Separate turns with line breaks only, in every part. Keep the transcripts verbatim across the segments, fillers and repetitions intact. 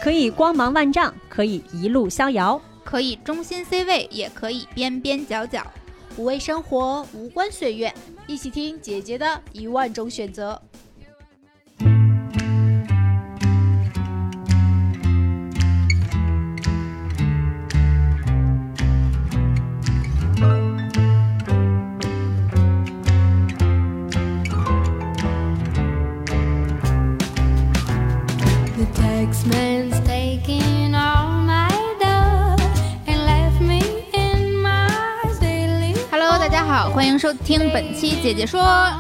可以光芒万丈，可以一路逍遥，
可以中心 C 位，也可以边边角角。
不为生活，无关岁月，一起听姐姐的一万种选择。
欢迎收听本期姐姐说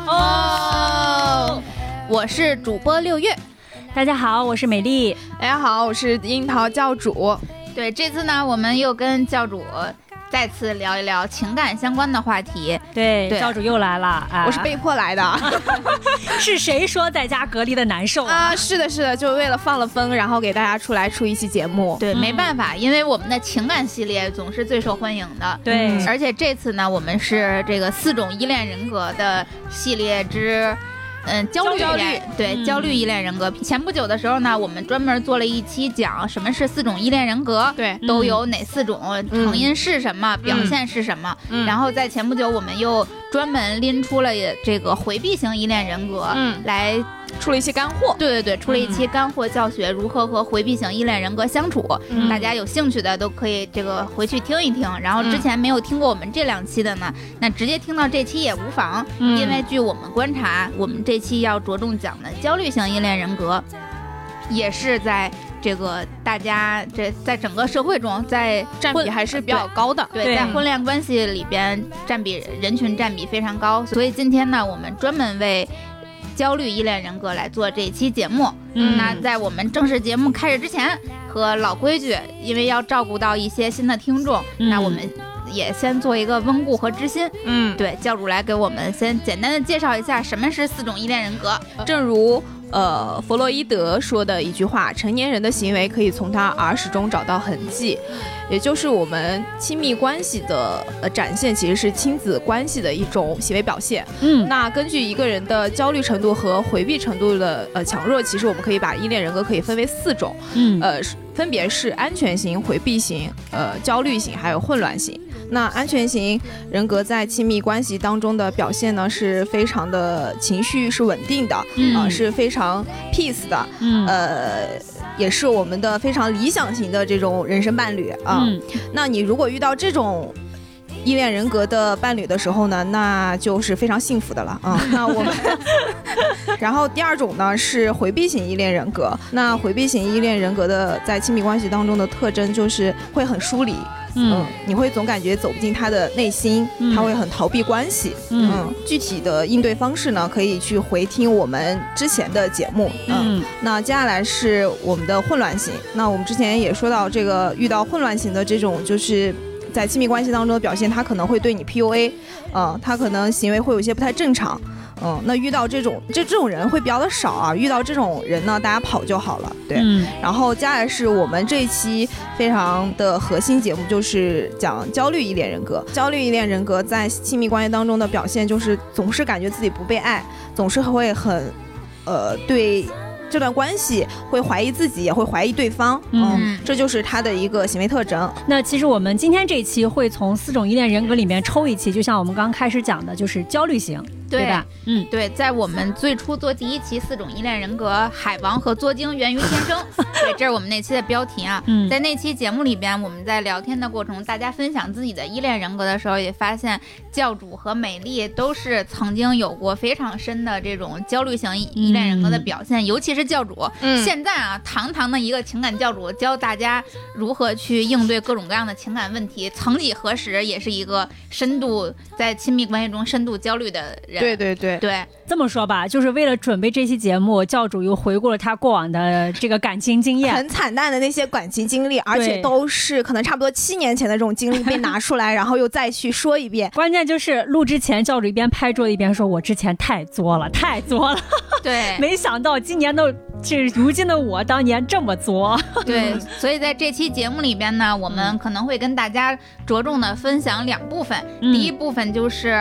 哦，我是主播六月。
大家好，我是美丽。
大家好，我是樱桃教主。
对，这次呢，我们又跟教主再次聊一聊情感相关的话题。
对，对教主又来了、啊、
我是被迫来的。
是谁说在家隔离的难受 啊,
啊是的是的，就为了放了风，然后给大家出来出一期节目。
对、嗯、没办法，因为我们的情感系列总是最受欢迎的。
对、
嗯、而且这次呢，我们是这个四种依恋人格的系列之嗯，焦虑依恋，对、嗯，焦虑依恋人格。前不久的时候呢，我们专门做了一期讲什么是四种依恋人格，
对，
都有哪四种，
嗯、
成因是什么、嗯，表现是什么、嗯。然后在前不久，我们又专门拎出了这个回避型依恋人格，
嗯，
来
出了一期干货。
对对对，出了一期干货教学，如何和回避型依恋人格相处。嗯、大家有兴趣的都可以这个回去听一听。然后之前没有听过我们这两期的呢，嗯、那直接听到这期也无妨、嗯，因为据我们观察，我们这期要着重讲的焦虑型依恋人格，也是在这个大家这在整个社会中，在
占比还是比较高的。
对，对在婚恋关系里边占比人群占比非常高。所以今天呢，我们专门为焦虑依恋人格来做这期节目。嗯，那在我们正式节目开始之前，和老规矩，因为要照顾到一些新的听众，嗯、那我们也先做一个温故和知新。
嗯，
对，教主来给我们先简单的介绍一下什么是四种依恋人格。
正如呃，弗洛伊德说的一句话，成年人的行为可以从他儿时中找到痕迹，也就是我们亲密关系的呃展现，其实是亲子关系的一种行为表现。
嗯，
那根据一个人的焦虑程度和回避程度的呃强弱，其实我们可以把依恋人格可以分为四种。
嗯，
呃，分别是安全型、回避型、呃焦虑型，还有混乱型。那安全型人格在亲密关系当中的表现呢，是非常的情绪是稳定的，
嗯、
呃，是非常 peace 的，
嗯，
呃，也是我们的非常理想型的这种人生伴侣啊、呃
嗯。
那你如果遇到这种依恋人格的伴侣的时候呢，那就是非常幸福的了啊、呃。那我们，然后第二种呢是回避型依恋人格。那回避型依恋人格的在亲密关系当中的特征就是会很疏离。
嗯,
嗯，你会总感觉走不进他的内心，嗯、他会很逃避关系。
嗯,
嗯，具体的应对方式呢，可以去回听我们之前的节目。嗯，嗯那接下来是我们的混乱型。那我们之前也说到，这个遇到混乱型的这种，就是在亲密关系当中的表现，他可能会对你 P U A， 嗯，他可能行为会有一些不太正常。嗯，那遇到这种这这种人会比较的少啊，遇到这种人呢，大家跑就好了，对。
嗯、
然后接下来是我们这一期非常的核心节目，就是讲焦虑依恋人格。焦虑依恋人格在亲密关系当中的表现，就是总是感觉自己不被爱，总是会很，呃，对这段关系会怀疑自己，也会怀疑对方。嗯，嗯这就是他的一个行为特征。
那其实我们今天这一期会从四种依恋人格里面抽一期，就像我们刚开始讲的，就是焦虑型。对吧？
嗯，对，在我们最初做第一期四种依恋人格，海王和作精源于天生，对，这是我们那期的标题啊。
嗯，
在那期节目里边，我们在聊天的过程中，大家分享自己的依恋人格的时候，也发现教主和美丽都是曾经有过非常深的这种焦虑型依恋人格的表现，嗯、尤其是教主。
嗯，
现在啊，堂堂的一个情感教主，教大家如何去应对各种各样的情感问题。曾几何时，也是一个深度在亲密关系中深度焦虑的人。
对对对
对，
这么说吧，就是为了准备这期节目，教主又回顾了他过往的这个感情经验，
很惨淡的那些感情经历，而且都是可能差不多七年前的这种经历被拿出来，然后又再去说一遍。
关键就是录之前，教主一边拍桌子一边说：“我之前太作了，太作了。”
对，
没想到今年的这如今的我当年这么作。
对，所以在这期节目里边呢，我们可能会跟大家着重的分享两部分。
嗯、
第一部分就是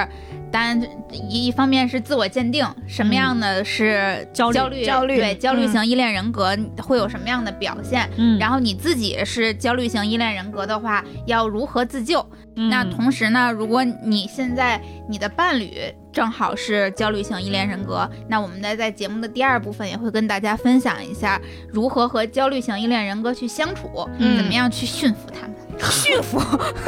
当然一一方面是自我鉴定，什么样的是焦虑、焦虑、
焦虑
对焦虑型依恋人格、嗯、会有什么样的表现、嗯，然后你自己是焦虑型依恋人格的话，要如何自救？嗯、那同时呢，如果你现在你的伴侣正好是焦虑型依恋人格，那我们在在节目的第二部分也会跟大家分享一下如何和焦虑型依恋人格去相处，嗯、怎么样去驯服他们，
驯服。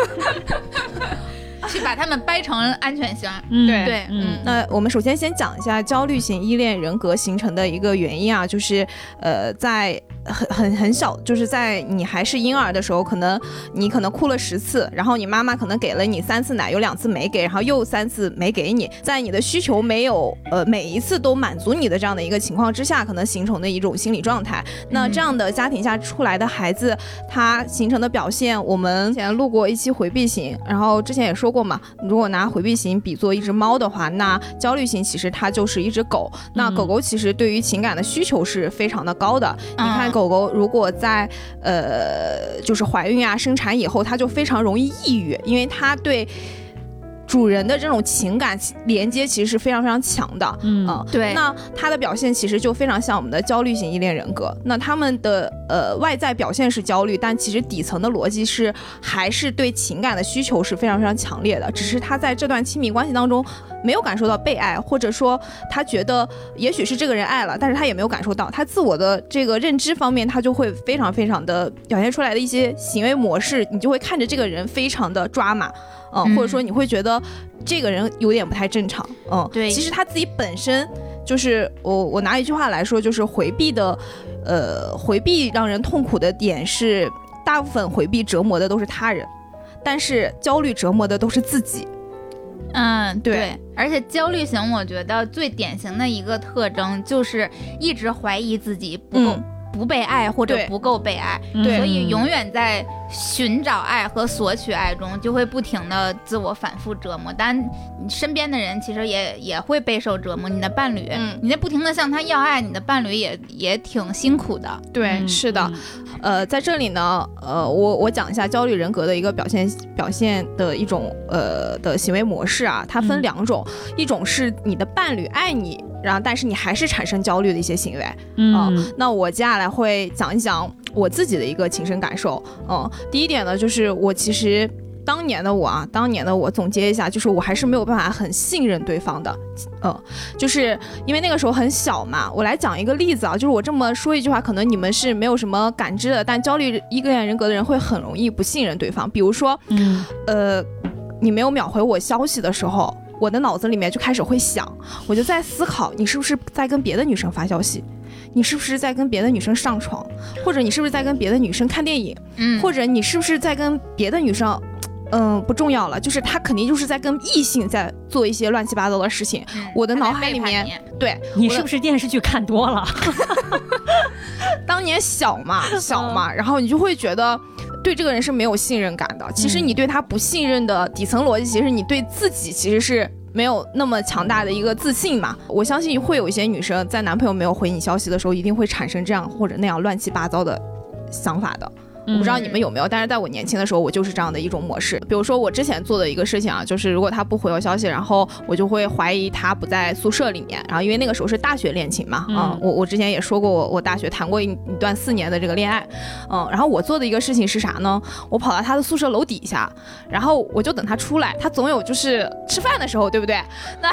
去把他们掰成安全型。
嗯，对
对，嗯，
那我们首先先讲一下焦虑型依恋人格形成的一个原因啊，就是呃，在很很很小，就是在你还是婴儿的时候，可能你可能哭了十次，然后你妈妈可能给了你三次奶，有两次没给，然后又三次没给你，在你的需求没有呃每一次都满足你的这样的一个情况之下，可能形成的一种心理状态。那这样的家庭下出来的孩子，他形成的表现，我们之前录过一期回避型，然后之前也说过嘛，如果拿回避型比作一只猫的话，那焦虑型其实它就是一只狗。那狗狗其实对于情感的需求是非常的高的。嗯、你看狗狗如果在呃就是怀孕啊生产以后，它就非常容易抑郁，因为它对主人的这种情感连接其实是非常非常强的。
嗯，呃、对。
那它的表现其实就非常像我们的焦虑型依恋人格。那他们的呃外在表现是焦虑，但其实底层的逻辑是还是对情感的需求是非常非常强烈的，只是他在这段亲密关系当中没有感受到被爱，或者说他觉得也许是这个人爱了，但是他也没有感受到，他自我的这个认知方面他就会非常非常的表现出来的一些行为模式，你就会看着这个人非常的抓马。嗯，或者说你会觉得这个人有点不太正常。嗯，
对，
其实他自己本身就是我我拿一句话来说，就是回避的呃回避让人痛苦的点是，大部分回避折磨的都是他人，但是焦虑折磨的都是自己。
嗯，对,
对，
而且焦虑型我觉得最典型的一个特征就是一直怀疑自己不够、嗯、不被爱或者不够被爱，
对，
所以永远在寻找爱和索取爱中就会不停的自我反复折磨。但你身边的人其实也也会备受折磨，你的伴侣、嗯、你在不停的向他要爱，你的伴侣也也挺辛苦的。
对、嗯、是的、嗯、呃，在这里呢呃，我我讲一下焦虑人格的一个表现表现的一种呃的行为模式啊，它分两种、嗯、一种是你的伴侣爱你，然后但是你还是产生焦虑的一些行为。嗯、呃，那我接下来会讲一讲我自己的一个亲身感受。嗯，第一点呢，就是我其实当年的我啊，当年的我总结一下，就是我还是没有办法很信任对方的。嗯，就是因为那个时候很小嘛。我来讲一个例子啊，就是我这么说一句话，可能你们是没有什么感知的，但焦虑依恋人格的人会很容易不信任对方。比如说，嗯，呃，你没有秒回我消息的时候，我的脑子里面就开始会想，我就在思考，你是不是在跟别的女生发消息？你是不是在跟别的女生上床，或者你是不是在跟别的女生看电影，嗯，或者你是不是在跟别的女生，嗯、呃，不重要了，就是他肯定就是在跟异性在做一些乱七八糟的事情。嗯、我的脑海里面，对，
你是不是电视剧看多了？
当年小嘛，小嘛，然后你就会觉得对这个人是没有信任感的。其实你对他不信任的底层逻辑，其实你对自己其实是没有那么强大的一个自信嘛。我相信会有一些女生在男朋友没有回你消息的时候，一定会产生这样或者那样乱七八糟的想法的。我不知道你们有没有，但是在我年轻的时候，我就是这样的一种模式。比如说我之前做的一个事情啊，就是如果他不回我消息，然后我就会怀疑他不在宿舍里面。然后因为那个时候是大学恋情嘛，嗯，嗯我我之前也说过我，我大学谈过一一段四年的这个恋爱，嗯，然后我做的一个事情是啥呢？我跑到他的宿舍楼底下，然后我就等他出来，他总有就是吃饭的时候，对不对？那。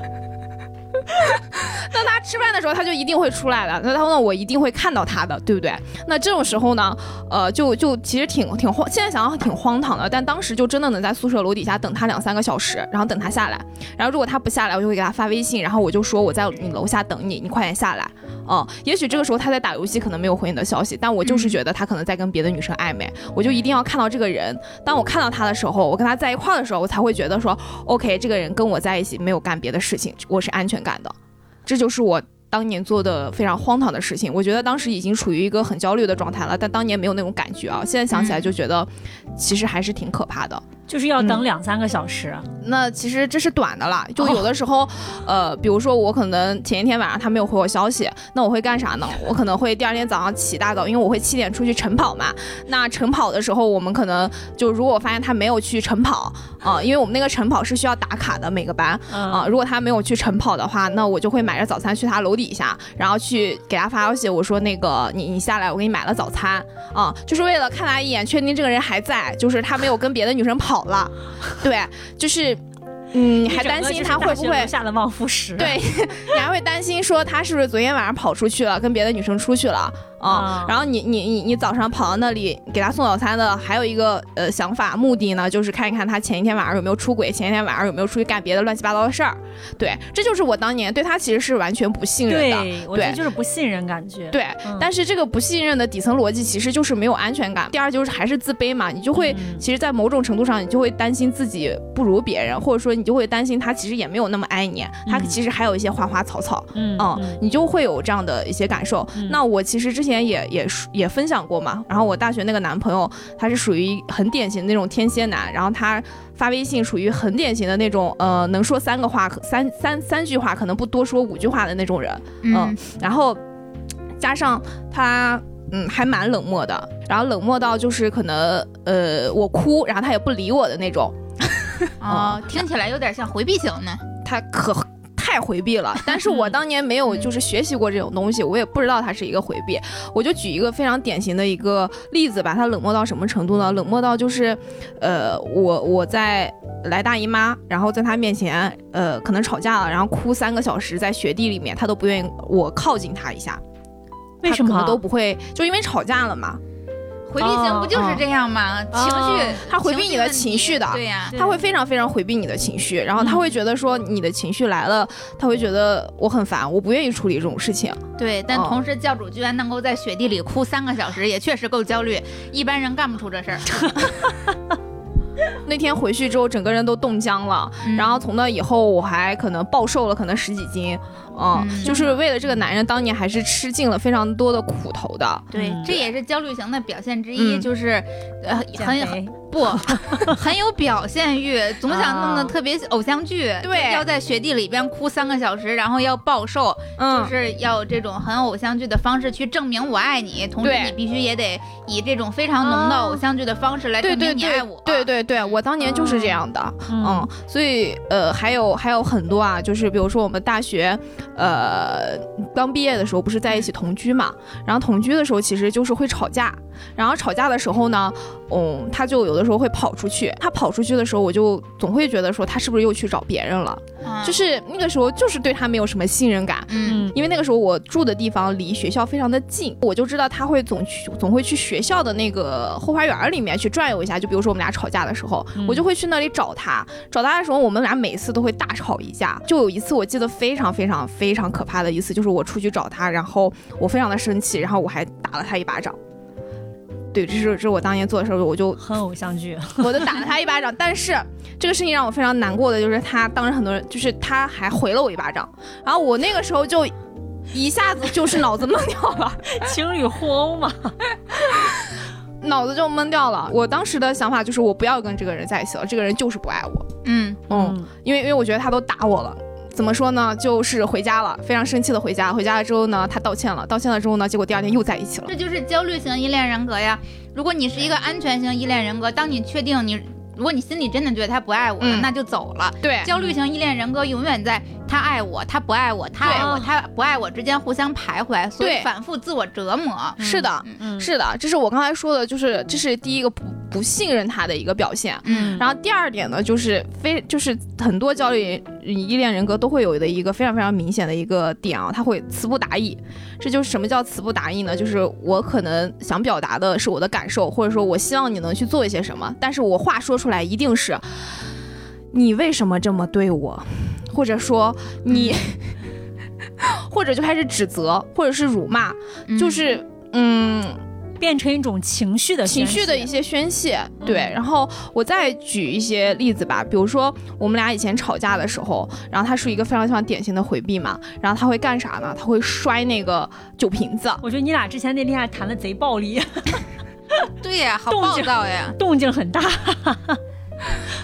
那他吃饭的时候他就一定会出来的，那他呢我一定会看到他的，对不对？那这种时候呢呃就就其实挺挺荒，现在想想挺荒唐的，但当时就真的能在宿舍楼底下等他两三个小时，然后等他下来，然后如果他不下来，我就会给他发微信，然后我就说我在你楼下等你，你快点下来。嗯，也许这个时候他在打游戏，可能没有回你的消息，但我就是觉得他可能在跟别的女生暧昧，我就一定要看到这个人。当我看到他的时候，我跟他在一块的时候，我才会觉得说 OK， 这个人跟我在一起没有干别的事情，我是安全感的。这就是我当年做的非常荒唐的事情。我觉得当时已经处于一个很焦虑的状态了，但当年没有那种感觉啊。现在想起来就觉得其实还是挺可怕的。
就是要等两三个小时。
嗯、那其实这是短的了，就有的时候，哦、呃，比如说我可能前一天晚上他没有回我消息，那我会干啥呢？我可能会第二天早上起大早，因为我会七点出去晨跑嘛。那晨跑的时候，我们可能就如果我发现他没有去晨跑啊、呃，因为我们那个晨跑是需要打卡的每个班啊、呃，如果他没有去晨跑的话，那我就会买着早餐去他楼底下，然后去给他发消息，我说那个你你下来，我给你买了早餐啊、呃，就是为了看他一眼，确定这个人还在，就是他没有跟别的女生跑了。对，就是嗯，你还担心他会不会
下了望夫石？
对，你还会担心说他是不是昨天晚上跑出去了，跟别的女生出去了啊、嗯？然后你你你你早上跑到那里给他送早餐的，还有一个呃想法目的呢，就是看一看他前一天晚上有没有出轨，前一天晚上有没有出去干别的乱七八糟的事儿。对，这就是我当年对他其实是完全不信任的。
对，我觉得就是不信任感觉。
对、嗯，但是这个不信任的底层逻辑其实就是没有安全感。第二就是还是自卑嘛，你就会、嗯、其实，在某种程度上，你就会担心自己不如别人，或者说你就会担心他其实也没有那么爱你，他其实还有一些花花草草。嗯，嗯你就会有这样的一些感受。嗯、那我其实之前也也也分享过嘛，然后我大学那个男朋友，他是属于很典型的那种天蝎男，然后他发微信属于很典型的那种，呃，能说三个话，三三三句话，可能不多说五句话的那种人。嗯，嗯然后加上他。嗯，还蛮冷漠的，然后冷漠到就是可能呃我哭，然后他也不理我的那种。
哦、嗯，听起来有点像回避型呢。
他可太回避了，但是我当年没有就是学习过这种东西，我也不知道他是一个回避。我就举一个非常典型的一个例子吧，他冷漠到什么程度呢？冷漠到就是呃我我在来大姨妈，然后在他面前呃可能吵架了，然后哭三个小时，在雪地里面，他都不愿意我靠近他一下。
为什么？
可能都不会，就因为吵架了嘛。
回避型不就是这样吗？哦、情绪、哦，
他回避你的情绪的，
对呀、啊，
他会非常非常回避你的情绪，然后他会觉得说你的情绪来了，嗯、他会觉得我很烦，我不愿意处理这种事情。
对，但同时教主居然能够在雪地里哭三个小时，也确实够焦虑，一般人干不出这事儿。
那天回去之后，整个人都冻僵了、嗯，然后从那以后，我还可能暴瘦了，可能十几斤，嗯，嗯就是为了这个男人，当年还是吃尽了非常多的苦头的。
对，
嗯、
这也是焦虑型的表现之一，嗯、就是呃很很不很有表现欲，总想弄得特别偶像剧，
对，
要在雪地里边哭三个小时，然后要暴瘦，嗯，就是要这种很偶像剧的方式去证明我爱你，同时你必须也得以这种非常浓的偶像剧的方式来证明你爱我。
对对 对, 对, 对，我当年就是这样的，嗯，嗯所以呃还有还有很多啊，就是比如说我们大学呃刚毕业的时候不是在一起同居嘛，然后同居的时候其实就是会吵架，然后吵架的时候呢，嗯，他就有的时候会跑出去，他跑出去的时候，我就总会觉得说他是不是又去找别人了，嗯、就是那个时候就是对他没有什么信任感，嗯，因为那个时候我住的地方离学校非常的近，我就知道他会总去总会去学校的那个后花园里面去转悠一下，就比如说我们俩吵架的时候，嗯、我就会去那里找他，找他的时候，我们俩每次都会大吵一架，就有一次我记得非常非常非常可怕的一次，就是我出去找他，然后我非常的生气，然后我还打了他一巴掌。对，这是这是我当年做的时候，我就
很偶像剧，
我就打了他一巴掌。但是这个事情让我非常难过的就是他当着很多人，就是他还回了我一巴掌，然后我那个时候就一下子就是脑子懵掉了，
情侣互殴嘛，
脑子就懵掉了。我当时的想法就是我不要跟这个人在一起了，这个人就是不爱我。
嗯
嗯，因为因为我觉得他都打我了。怎么说呢？就是回家了，非常生气的回家。回家了之后呢，他道歉了，道歉了之后呢，结果第二天又在一起了。
这就是焦虑型依恋人格呀。如果你是一个安全型依恋人格，当你确定你，如果你心里真的觉得他不爱我了，嗯、那就走了。
对，
焦虑型依恋人格永远在他爱我，他不爱我，他爱我，他不爱我之间互相徘徊，所以反复自我折磨。
是的，嗯、是的，这是我刚才说的，就是这是第一个不不信任他的一个表现。嗯，然后第二点呢，就是非就是很多焦虑依恋人格都会有的一个非常非常明显的一个点啊，他会词不达意。这就是什么叫词不达意呢？就是我可能想表达的是我的感受，或者说我希望你能去做一些什么，但是我话说出来一定是你为什么这么对我，或者说你或者就开始指责，或者是辱骂，就是嗯
变成一种情绪的
情绪的一些宣泄，对、嗯。然后我再举一些例子吧，比如说我们俩以前吵架的时候，然后他是一个非常非常典型的回避嘛，然后他会干啥呢？他会摔那个酒瓶子。
我觉得你俩之前那恋爱谈的贼暴力。
对呀，好暴躁呀，
动静很大。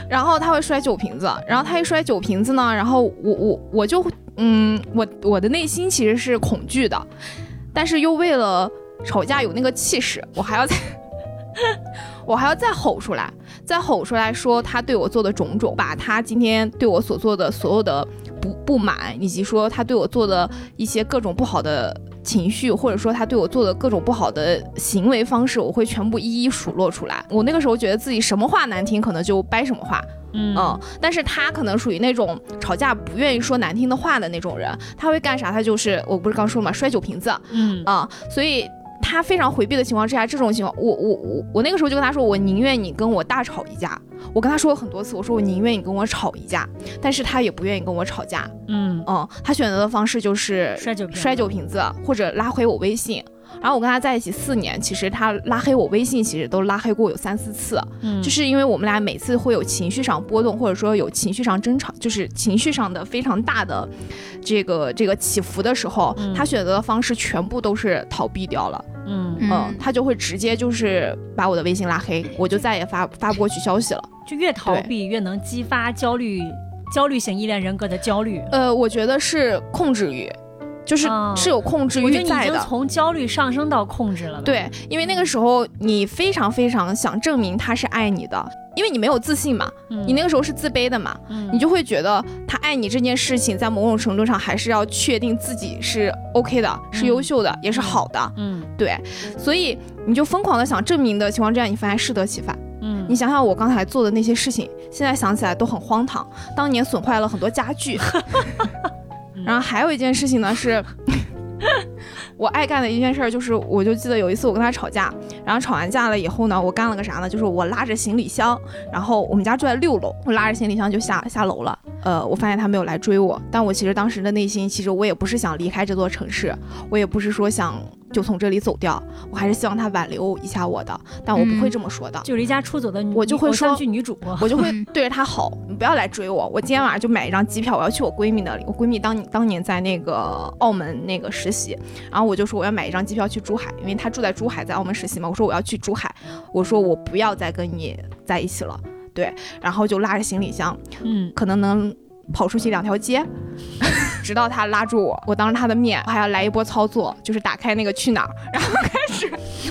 然后他会摔酒瓶子，然后他一摔酒瓶子呢，然后我我我就嗯，我我的内心其实是恐惧的，但是又为了吵架有那个气势，我还要再我还要再吼出来，再吼出来说他对我做的种种，把他今天对我所做的所有的不不满，以及说他对我做的一些各种不好的情绪，或者说他对我做的各种不好的行为方式，我会全部一一数落出来。我那个时候觉得自己什么话难听可能就掰什么话，嗯, 嗯，但是他可能属于那种吵架不愿意说难听的话的那种人，他会干啥？他就是我不是刚说嘛，摔酒瓶子，嗯啊、嗯，所以他非常回避的情况之下，这种情况，我我我我那个时候就跟他说，我宁愿你跟我大吵一架。我跟他说了很多次，我说我宁愿你跟我吵一架，但是他也不愿意跟我吵架。嗯嗯，他选择的方式就是
摔酒
摔酒瓶子，或者拉黑我微信。然后我跟他在一起四年，其实他拉黑我微信，其实都拉黑过有三四次。嗯，就是因为我们俩每次会有情绪上波动，或者说有情绪上争吵，就是情绪上的非常大的这个这个起伏的时候，嗯、他选择的方式全部都是逃避掉了。嗯嗯，他就会直接就是把我的微信拉黑，我就再也发发不过去消息了。
就越逃避越能激发焦虑焦虑型依恋人格的焦虑。
呃，我觉得是控制欲。就是、哦、是有控制欲在的，
我觉得你已经从焦虑上升到控制了。
对，因为那个时候你非常非常想证明他是爱你的，因为你没有自信嘛，嗯、你那个时候是自卑的嘛，嗯、你就会觉得他爱你这件事情，在某种程度上还是要确定自己是 OK 的，是优秀的，嗯、也是好的。嗯，对，所以你就疯狂的想证明的情况之下，你发现适得其反。嗯，你想想我刚才做的那些事情，现在想起来都很荒唐，当年损坏了很多家具。然后还有一件事情呢是我爱干的一件事，就是我就记得有一次我跟他吵架，然后吵完架了以后呢，我干了个啥呢，就是我拉着行李箱，然后我们家住在六楼，我拉着行李箱就下下楼了。呃，我发现他没有来追我，但我其实当时的内心，其实我也不是想离开这座城市，我也不是说想就从这里走掉，我还是希望他挽留一下我的，但我不会这么说的。嗯、
就离家出走的女，
我就会说
女主，
我就会对着他好，你不要来追我，我今天晚上就买一张机票，我要去我闺蜜那里。我闺蜜当当年在那个澳门那个实习，然后我就说我要买一张机票去珠海，因为她住在珠海，在澳门实习嘛。我说我要去珠海，我说我不要再跟你在一起了，对，然后就拉着行李箱，嗯，可能能跑出去两条街。直到他拉住我，我当着他的面还要来一波操作，就是打开那个去哪儿，然后开始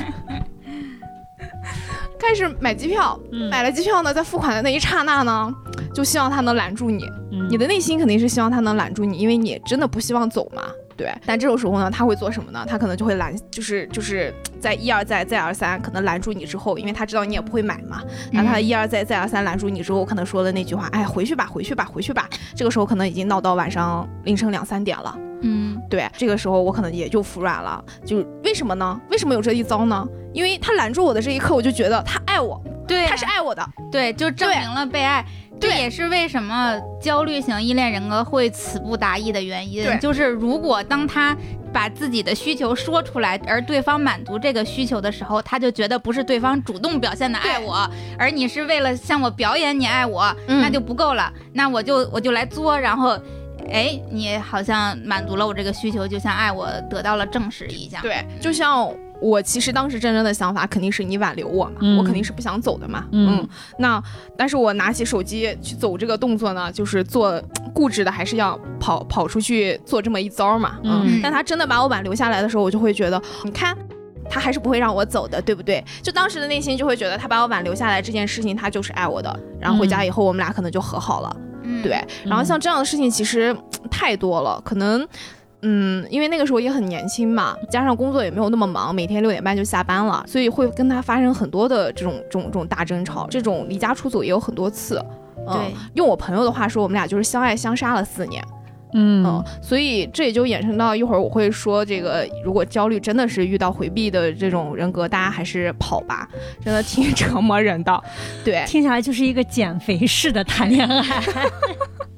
开始买机票、嗯、买了机票呢，在付款的那一刹那呢，就希望他能拦住你、嗯、你的内心肯定是希望他能拦住你，因为你真的不希望走嘛，对。但这种时候呢，他会做什么呢？他可能就会拦，就是就是在一而再再而三可能拦住你之后，因为他知道你也不会买嘛，然后他一而再再而三拦住你之后，可能说了那句话，哎，回去吧回去吧回去吧，这个时候可能已经闹到晚上凌晨两三点了。嗯，对，这个时候我可能也就服软了。就为什么呢？为什么有这一遭呢？因为他拦住我的这一刻，我就觉得他爱我，
对，
他是爱我的，
对，就证明了被爱。这也是为什么焦虑型依恋人格会词不达意的原因，就是如果当他把自己的需求说出来，而对方满足这个需求的时候，他就觉得不是对方主动表现的爱我，而你是为了向我表演你爱我、嗯、那就不够了，那我就我就来作，然后哎，你好像满足了我这个需求，就像爱我得到了证实一样。
对，就像我其实当时真正的想法肯定是你挽留我嘛、嗯、我肯定是不想走的嘛。 嗯, 嗯，那但是我拿起手机去走这个动作呢，就是做固执的还是要跑跑出去做这么一遭嘛。 嗯, 嗯，但他真的把我挽留下来的时候，我就会觉得你看他还是不会让我走的，对不对？就当时的内心就会觉得他把我挽留下来这件事情他就是爱我的，然后回家以后我们俩可能就和好了、嗯、对。然后像这样的事情其实太多了，可能嗯，因为那个时候也很年轻嘛，加上工作也没有那么忙，每天六点半就下班了，所以会跟他发生很多的这种这种这种大争吵，这种离家出走也有很多次。嗯、对，用我朋友的话说，我们俩就是相爱相杀了四年。嗯, 嗯，所以这也就衍生到一会儿我会说，这个如果焦虑真的是遇到回避的这种人格，大家还是跑吧，真的挺折磨人的。对，
听起来就是一个减肥式的谈恋爱。
那后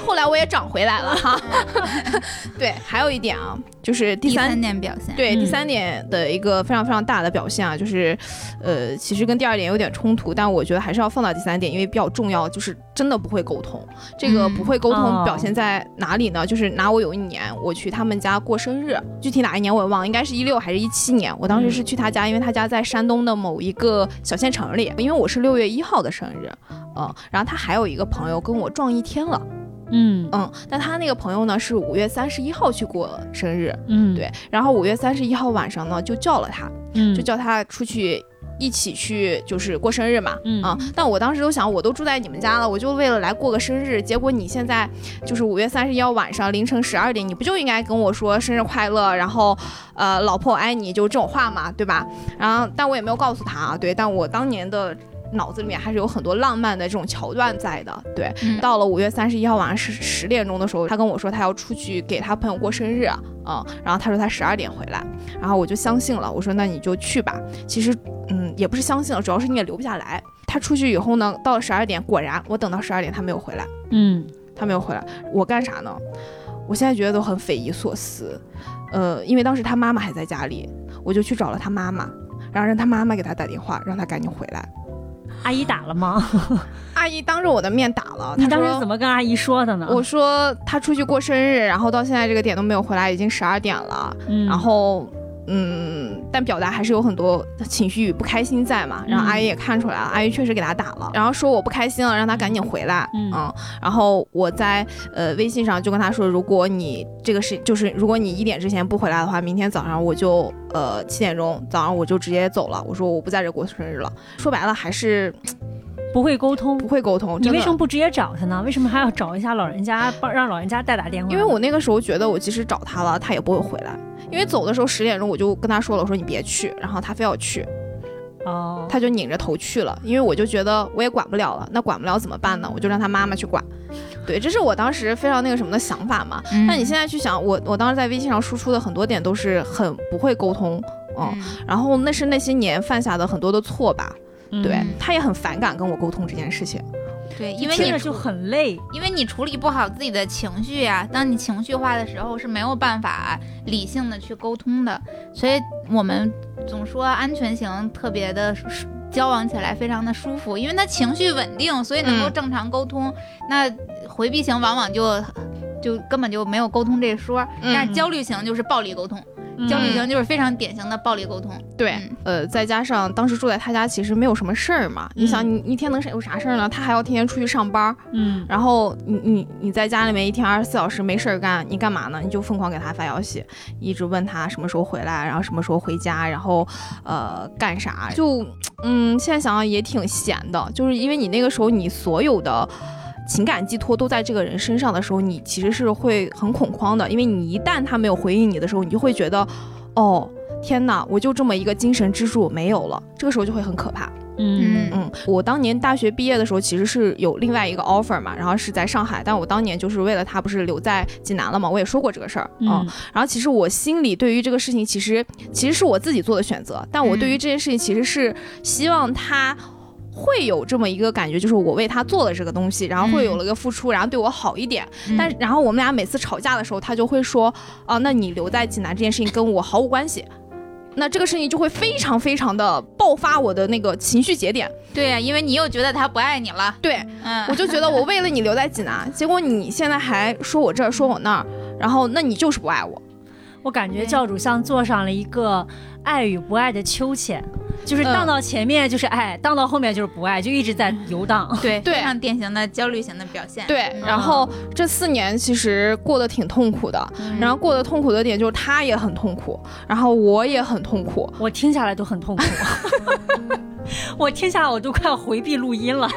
后来我也长回来了哈。对，还有一点啊，就是第三
第三点表现，
对、
嗯、
第三点的一个非常非常大的表现啊，就是呃，其实跟第二点有点冲突，但我觉得还是要放到第三点，因为比较重要，就是真的不会沟通。这个不会沟通表现在哪里呢？嗯哦、就是拿我有一年我去他们家过生日，具体哪一年我也忘了，应该是一六还是一七年。我当时是去他家，因为他家在山东的某一个小县城里，因为我是六月一号的生日，嗯，然后他还有一个朋友跟我撞一天了。嗯嗯，但他那个朋友呢是五月三十一号去过生日，嗯，对，然后五月三十一号晚上呢就叫了他，嗯，就叫他出去一起去就是过生日嘛，嗯啊，但我当时都想，我都住在你们家了，我就为了来过个生日，结果你现在就是五月三十一号晚上凌晨十二点，你不就应该跟我说生日快乐，然后呃老婆我爱你，就这种话嘛，对吧？然后但我也没有告诉他啊，对，但我当年的脑子里面还是有很多浪漫的这种桥段在的，对。嗯、到了五月三十一号晚上十十点钟的时候，他跟我说他要出去给他朋友过生日啊，嗯，然后他说他十二点回来，然后我就相信了，我说那你就去吧。其实，嗯，也不是相信了，主要是你也留不下来。他出去以后呢，到了十二点，果然我等到十二点他没有回来，嗯，他没有回来，我干啥呢？我现在觉得都很匪夷所思，呃，因为当时他妈妈还在家里，我就去找了他妈妈，然后让他妈妈给他打电话，让他赶紧回来。
阿姨打了吗？
阿姨当着我的面打了。
你当时怎么跟阿姨说的呢？
我说他出去过生日，然后到现在这个点都没有回来，已经十二点了。嗯，然后嗯，但表达还是有很多情绪与不开心在嘛。然后阿姨也看出来了，嗯、阿姨确实给他打了，然后说我不开心了，让他赶紧回来。嗯，嗯然后我在呃微信上就跟他说，如果你这个是就是如果你一点之前不回来的话，明天早上我就。呃，七点钟早上我就直接走了。我说我不在这过生日了。说白了还是
不会沟通，
不会沟通。
你为什么不直接找他呢？为什么还要找一下老人家，帮让老人家代打电话？
因为我那个时候觉得我即使找他了，他也不会回来。因为走的时候十点钟我就跟他说了，我说你别去，然后他非要去。哦，他就拧着头去了，因为我就觉得我也管不了了，那管不了怎么办呢？我就让他妈妈去管。对，这是我当时非常那个什么的想法嘛。嗯、但你现在去想，我我当时在微信上输出的很多点都是很不会沟通，嗯，嗯然后那是那些年犯下的很多的错吧。嗯、对，他也很反感跟我沟通这件事情。
对，因为你
就很累，
因为你处理不好自己的情绪呀、啊。当你情绪化的时候，是没有办法理性的去沟通的。所以我们总说安全型特别的交往起来非常的舒服，因为他情绪稳定，所以能够正常沟通。嗯、那回避型往往就就根本就没有沟通这说，嗯、但是焦虑型就是暴力沟通。焦虑型就是非常典型的暴力沟通，
对，嗯、呃，再加上当时住在他家，其实没有什么事儿嘛。嗯、你想，你一天能有啥事儿呢？他还要天天出去上班，嗯，然后你你你在家里面一天二十四小时没事儿干，你干嘛呢？你就疯狂给他发消息，一直问他什么时候回来，然后什么时候回家，然后呃干啥？就嗯，现在想想也挺闲的，就是因为你那个时候你所有的。情感寄托都在这个人身上的时候，你其实是会很恐慌的，因为你一旦他没有回应你的时候，你就会觉得，哦，天哪，我就这么一个精神支柱没有了，这个时候就会很可怕。嗯嗯，我当年大学毕业的时候其实是有另外一个 offer 嘛，然后是在上海，但我当年就是为了他不是留在济南了嘛，我也说过这个事儿。嗯，嗯然后其实我心里对于这个事情其实其实是我自己做的选择，但我对于这件事情其实是希望他会有这么一个感觉，就是我为他做了这个东西，然后会有了个付出，然后对我好一点。嗯、但然后我们俩每次吵架的时候，他就会说，啊，那你留在济南这件事情跟我毫无关系。那这个事情就会非常非常的爆发我的那个情绪节点。
对呀、啊，因为你又觉得他不爱你了。
对，嗯，我就觉得我为了你留在济南，结果你现在还说我这儿说我那儿，然后那你就是不爱我。
我感觉教主像坐上了一个爱与不爱的秋千，就是荡到前面就是爱，荡、嗯、到后面就是不爱，就一直在游荡。
对，
对，
非常典型的焦虑型的表现。
对，然后这四年其实过得挺痛苦的，嗯、然后过得痛苦的点就是他也很痛苦，然后我也很痛苦，
我听下来都很痛苦，我听下来我都快要回避录音了。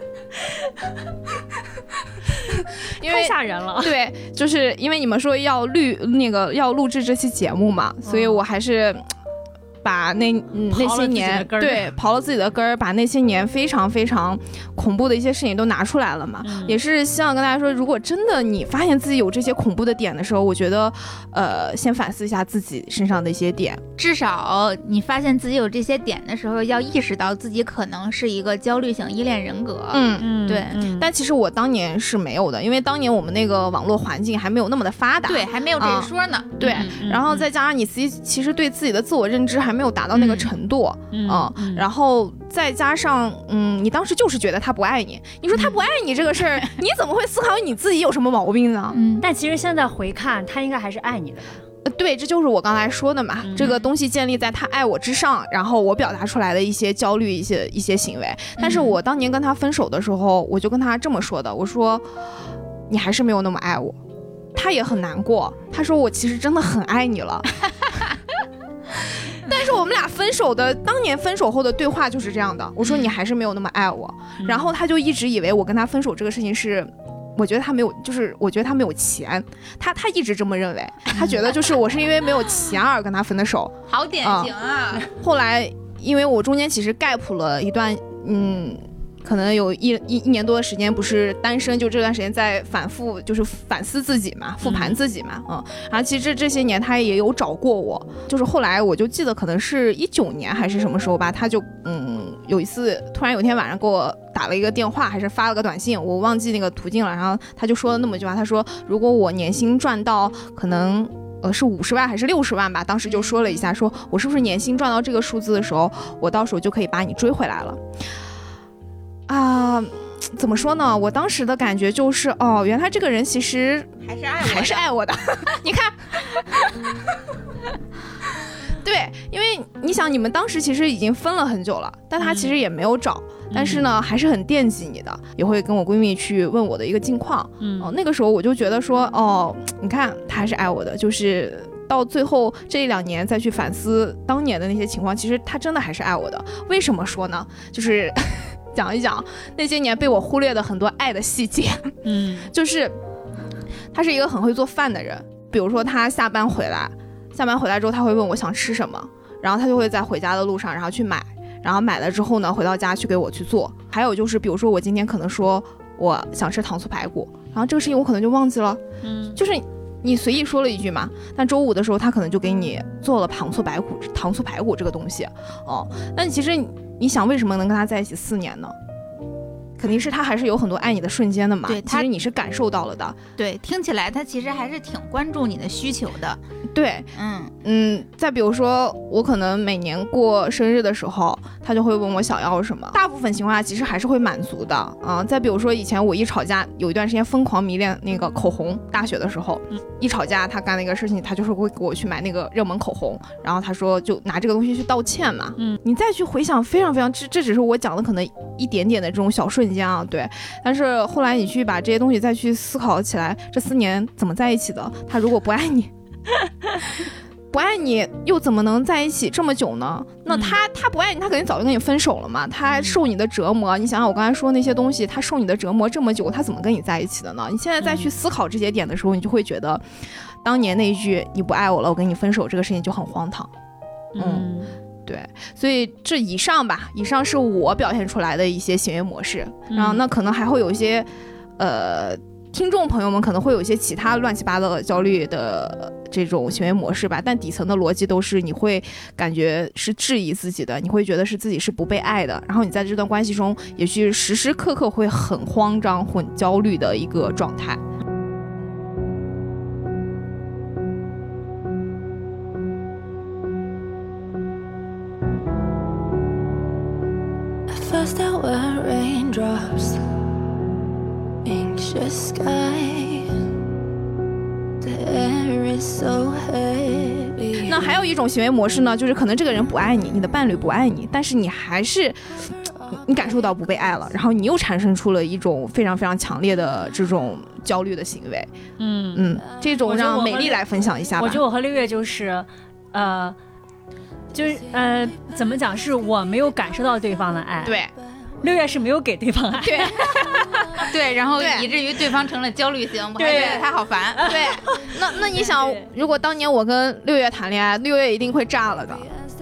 因为太吓人了。
对，就是因为你们说要录那个要录制这期节目嘛，嗯、所以我还是把那嗯那些年对刨了自己的根儿，把那些年非常非常恐怖的一些事情都拿出来了嘛。嗯、也是希望跟大家说，如果真的你发现自己有这些恐怖的点的时候，我觉得呃先反思一下自己身上的一些点。
至少你发现自己有这些点的时候，要意识到自己可能是一个焦虑型依恋人格。
嗯
嗯，对。
嗯、但其实我当年是没有的，因为当年我们那个网络环境还没有那么的发达，
对，还没有这一说呢。
嗯、对、嗯，然后再加上你自己其实对自己的自我认知还没有达到那个程度，嗯，嗯嗯然后再加上嗯，你当时就是觉得他不爱你，你说他不爱你这个事儿，嗯、你怎么会思考你自己有什么毛病呢？
嗯，但其实现在回看，他应该还是爱你的吧。
对，这就是我刚才说的嘛、嗯，这个东西建立在他爱我之上，然后我表达出来的一些焦虑、一些一些行为。但是我当年跟他分手的时候，我就跟他这么说的，我说你还是没有那么爱我。他也很难过，他说我其实真的很爱你了。但是我们俩分手的当年分手后的对话就是这样的，我说你还是没有那么爱我，嗯、然后他就一直以为我跟他分手这个事情是。我觉得他没有，就是我觉得他没有钱，他他一直这么认为，他觉得就是我是因为没有钱而跟他分的手，
好典型啊！
嗯、后来因为我中间其实 gap 了一段，嗯，可能有一一一年多的时间不是单身，就这段时间在反复就是反思自己嘛，复盘自己嘛，嗯，嗯然后其实这这些年他也有找过我，就是后来我就记得可能是一九年还是什么时候吧，他就嗯有一次突然有一天晚上给我。打了一个电话还是发了个短信，我忘记那个途径了，然后他就说了那么一句话，他说如果我年薪赚到可能呃是五十万还是六十万吧，当时就说了一下，说我是不是年薪赚到这个数字的时候，我到时候就可以把你追回来了啊、呃、怎么说呢，我当时的感觉就是哦，原来这个人其实
还是爱我的
还是爱我的你看对，因为你想你们当时其实已经分了很久了，但他其实也没有找、嗯、但是呢还是很惦记你的，也会跟我闺蜜去问我的一个近况。嗯、哦，那个时候我就觉得说哦，你看他还是爱我的，就是到最后这一两年再去反思当年的那些情况，其实他真的还是爱我的。为什么说呢？就是讲一讲那些年被我忽略的很多爱的细节。嗯，就是他是一个很会做饭的人，比如说他下班回来下班回来之后他会问我想吃什么，然后他就会在回家的路上然后去买，然后买了之后呢回到家去给我去做。还有就是比如说我今天可能说我想吃糖醋排骨，然后这个事情我可能就忘记了，嗯，就是你随意说了一句嘛，但周五的时候他可能就给你做了糖醋排骨糖醋排骨这个东西哦。但其实你想为什么能跟他在一起四年呢？肯定是他还是有很多爱你的瞬间的嘛，对，其实你是感受到了的。
对，听起来他其实还是挺关注你的需求的。
对，嗯嗯，再比如说我可能每年过生日的时候他就会问我想要什么，大部分情况下其实还是会满足的啊、嗯。再比如说以前我一吵架，有一段时间疯狂迷恋那个口红，大学的时候、嗯、一吵架他干那个事情，他就是会给我去买那个热门口红，然后他说就拿这个东西去道歉嘛。嗯，你再去回想非常非常这这只是我讲的可能一点点的这种小瞬间啊，对，但是后来你去把这些东西再去思考起来，这四年怎么在一起的，他如果不爱你不爱你又怎么能在一起这么久呢？那他他不爱你，他肯定早就跟你分手了嘛。他受你的折磨，你想想我刚才说那些东西，他受你的折磨这么久，他怎么跟你在一起的呢？你现在再去思考这些点的时候，你就会觉得当年那一句你不爱我了，我跟你分手这个事情就很荒唐。嗯，嗯对，所以这以上吧，以上是我表现出来的一些行为模式，然后那可能还会有一些呃听众朋友们可能会有一些其他乱七八糟的焦虑的这种行为模式吧，但底层的逻辑都是你会感觉是质疑自己的，你会觉得是自己是不被爱的，然后你在这段关系中也许时时刻刻会很慌张很焦虑的一个状态。
First there were raindrops, anxious sky, the air is so heavy.
那还有一种行为模式呢，就是可能这个人不爱你，你的伴侣不爱你，但是你还是你感受到不被爱了，然后你又产生出了一种非常非常强烈的这种焦虑的行为。嗯嗯，这种让美丽来分享一下吧。
我觉得我和六月就是呃就是呃，怎么讲？是我没有感受到对方的爱，
对，
六月是没有给对方爱，
对，对，然后以至于对方成了焦虑型，我还觉得他好烦，
对。那那你想，如果当年我跟六月谈恋爱，六月一定会炸了的。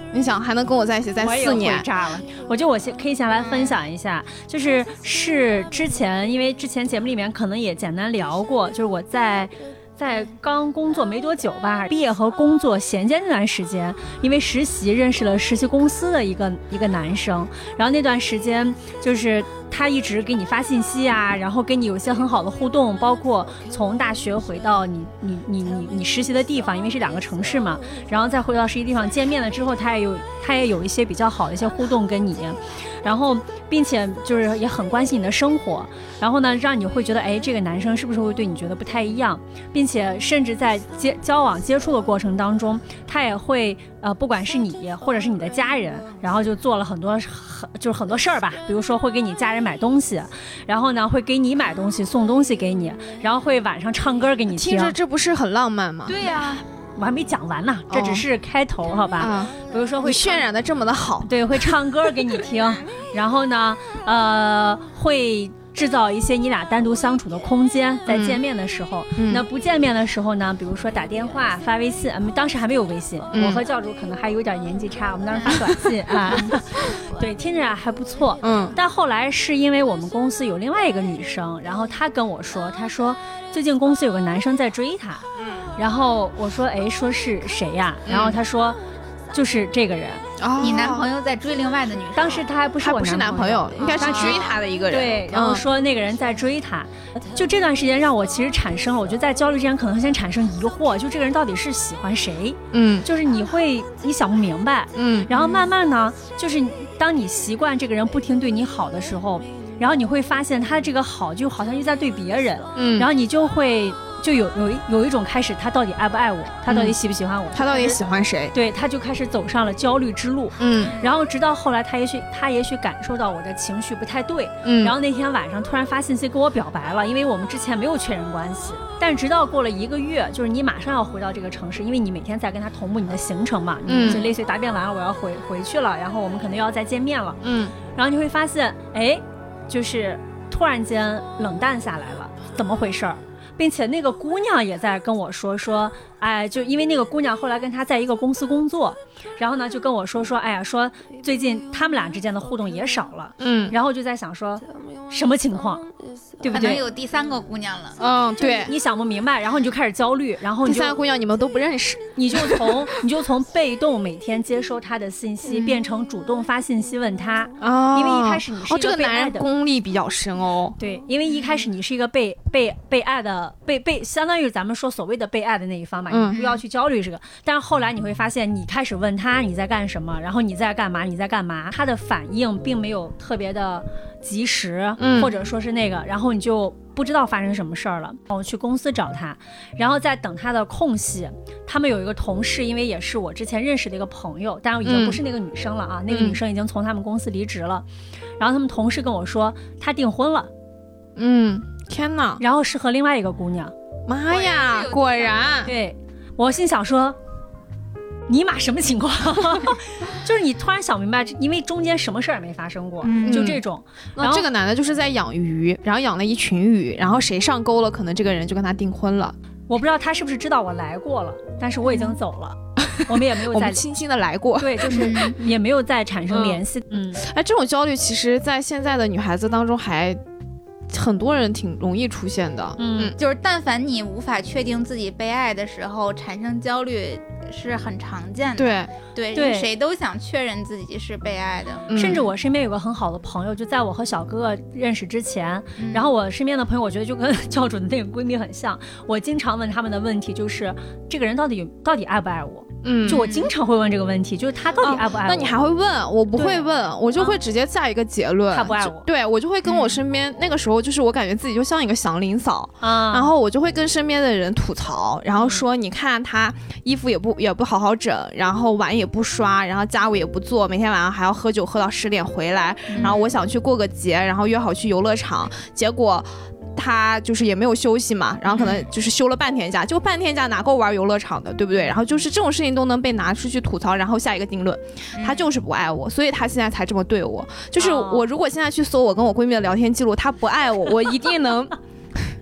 你想还能跟我在一起再四年，
我也会炸了。我觉得我先可以先来分享一下，就是是之前，因为之前节目里面可能也简单聊过，就是我在。在刚工作没多久吧，毕业和工作衔接那段时间，因为实习认识了实习公司的一个一个男生，然后那段时间就是他一直给你发信息啊，然后跟你有一些很好的互动，包括从大学回到你你你你你实习的地方，因为是两个城市嘛，然后再回到实习地方见面了之后，他也有他也有一些比较好的一些互动跟你，然后并且就是也很关心你的生活，然后呢让你会觉得哎这个男生是不是会对你觉得不太一样，并且甚至在接交往接触的过程当中，他也会呃不管是你或者是你的家人，然后就做了很多就是很多事儿吧，比如说会给你家人买东西，然后呢会给你买东西送东西给你，然后会晚上唱歌给你听。
听着这不是很浪漫吗？
对呀、啊，
我还没讲完呢，这只是开头、哦、好吧、嗯、比如说会
渲染的这么的好，
对，会唱歌给你听然后呢呃会制造一些你俩单独相处的空间，在见面的时候、嗯、那不见面的时候呢，比如说打电话发微信，嗯，当时还没有微信、嗯、我和教主可能还有点年纪差，我们当时发短信啊，对，听着还不错，嗯，但后来是因为我们公司有另外一个女生，然后她跟我说，她说最近公司有个男生在追她，嗯，然后我说哎，说是谁呀、啊？然后她说就是这个人。
哦、你男朋友在追另外的女生，
当时他还不是我
不是男朋友，应该是追他的一个人。
对，然后说那个人在追他、嗯，就这段时间让我其实产生了，我觉得在交流之前可能先产生疑惑，就这个人到底是喜欢谁？嗯，就是你会你想不明白，嗯，然后慢慢呢，就是当你习惯这个人不停对你好的时候，然后你会发现他的这个好就好像又在对别人，嗯，然后你就会。就有有一有一种开始，他到底爱不爱我？他到底喜不喜欢我？
嗯、他到底喜欢谁？
对，他就开始走上了焦虑之路。嗯，然后直到后来，他也许他也许感受到我的情绪不太对。嗯，然后那天晚上突然发信息跟我表白了，因为我们之前没有确认关系。但直到过了一个月，就是你马上要回到这个城市，因为你每天在跟他同步你的行程嘛，嗯，就类似于答辩完了，我要回回去了，然后我们可能要再见面了。嗯，然后你会发现，哎，就是突然间冷淡下来了，怎么回事儿？并且那个姑娘也在跟我说说，哎，就因为那个姑娘后来跟她在一个公司工作，然后呢就跟我说说，哎呀，说最近他们俩之间的互动也少了，嗯，然后就在想说什么情况，对不对？
可能有第三个姑娘了，
嗯，对，
你想不明白，然后你就开始焦虑，然后你就
第三个姑娘你们都不认识，
你就从你就从被动每天接收她的信息、嗯、变成主动发信息问她，哦，因为一开始你是一个被爱的，
哦，这个男人功力比较深哦，
对，因为一开始你是一个被被被爱的。被被相当于咱们说所谓的被爱的那一方嘛，你不要去焦虑这个、嗯、但是后来你会发现你开始问他你在干什么，然后你在干嘛你在干嘛，他的反应并没有特别的及时、嗯、或者说是那个，然后你就不知道发生什么事儿了。我去公司找他，然后在等他的空隙，他们有一个同事，因为也是我之前认识的一个朋友，但是已经不是那个女生了啊、嗯、那个女生已经从他们公司离职了、嗯、然后他们同事跟我说他订婚了，
嗯，天哪，
然后是和另外一个姑娘。
妈呀，果然，
对，我心想说尼玛什么情况就是你突然想明白，因为中间什么事儿也没发生过、嗯、就这种。
然后这个男的就是在养鱼，然后养了一群鱼，然后谁上钩了，可能这个人就跟他订婚了。
我不知道他是不是知道我来过了，但是我已经走了我们也没有再
我们轻轻的来过，
对，就是也没有再产生联系。嗯，
哎，这种焦虑其实在现在的女孩子当中还很多人挺容易出现的。
嗯，就是但凡你无法确定自己被爱的时候产生焦虑是很常见的。
对
对对，谁都想确认自己是被爱的、
嗯、甚至我身边有个很好的朋友，就在我和小哥哥认识之前、嗯、然后我身边的朋友我觉得就跟教主的那个闺蜜很像，我经常问他们的问题就是这个人到底到底爱不爱我。嗯，就我经常会问这个问题，就是他到底爱不爱我、哦、
那你还会问？我不会问，我就会直接下一个结论、
啊、他不爱我。
对，我就会跟我身边、嗯、那个时候就是我感觉自己就像一个祥林嫂、啊、然后我就会跟身边的人吐槽，然后说、嗯、你看他衣服也不也不好好整，然后碗也不刷，然后家务也不做，每天晚上还要喝酒喝到十点回来、嗯、然后我想去过个节，然后约好去游乐场，结果他就是也没有休息嘛，然后可能就是休了半天假，就半天假哪够玩游乐场的，对不对？然后就是这种事情都能被拿出去吐槽，然后下一个定论，他就是不爱我，所以他现在才这么对我。就是我如果现在去搜我跟我闺蜜的聊天记录，他不爱我，我一定能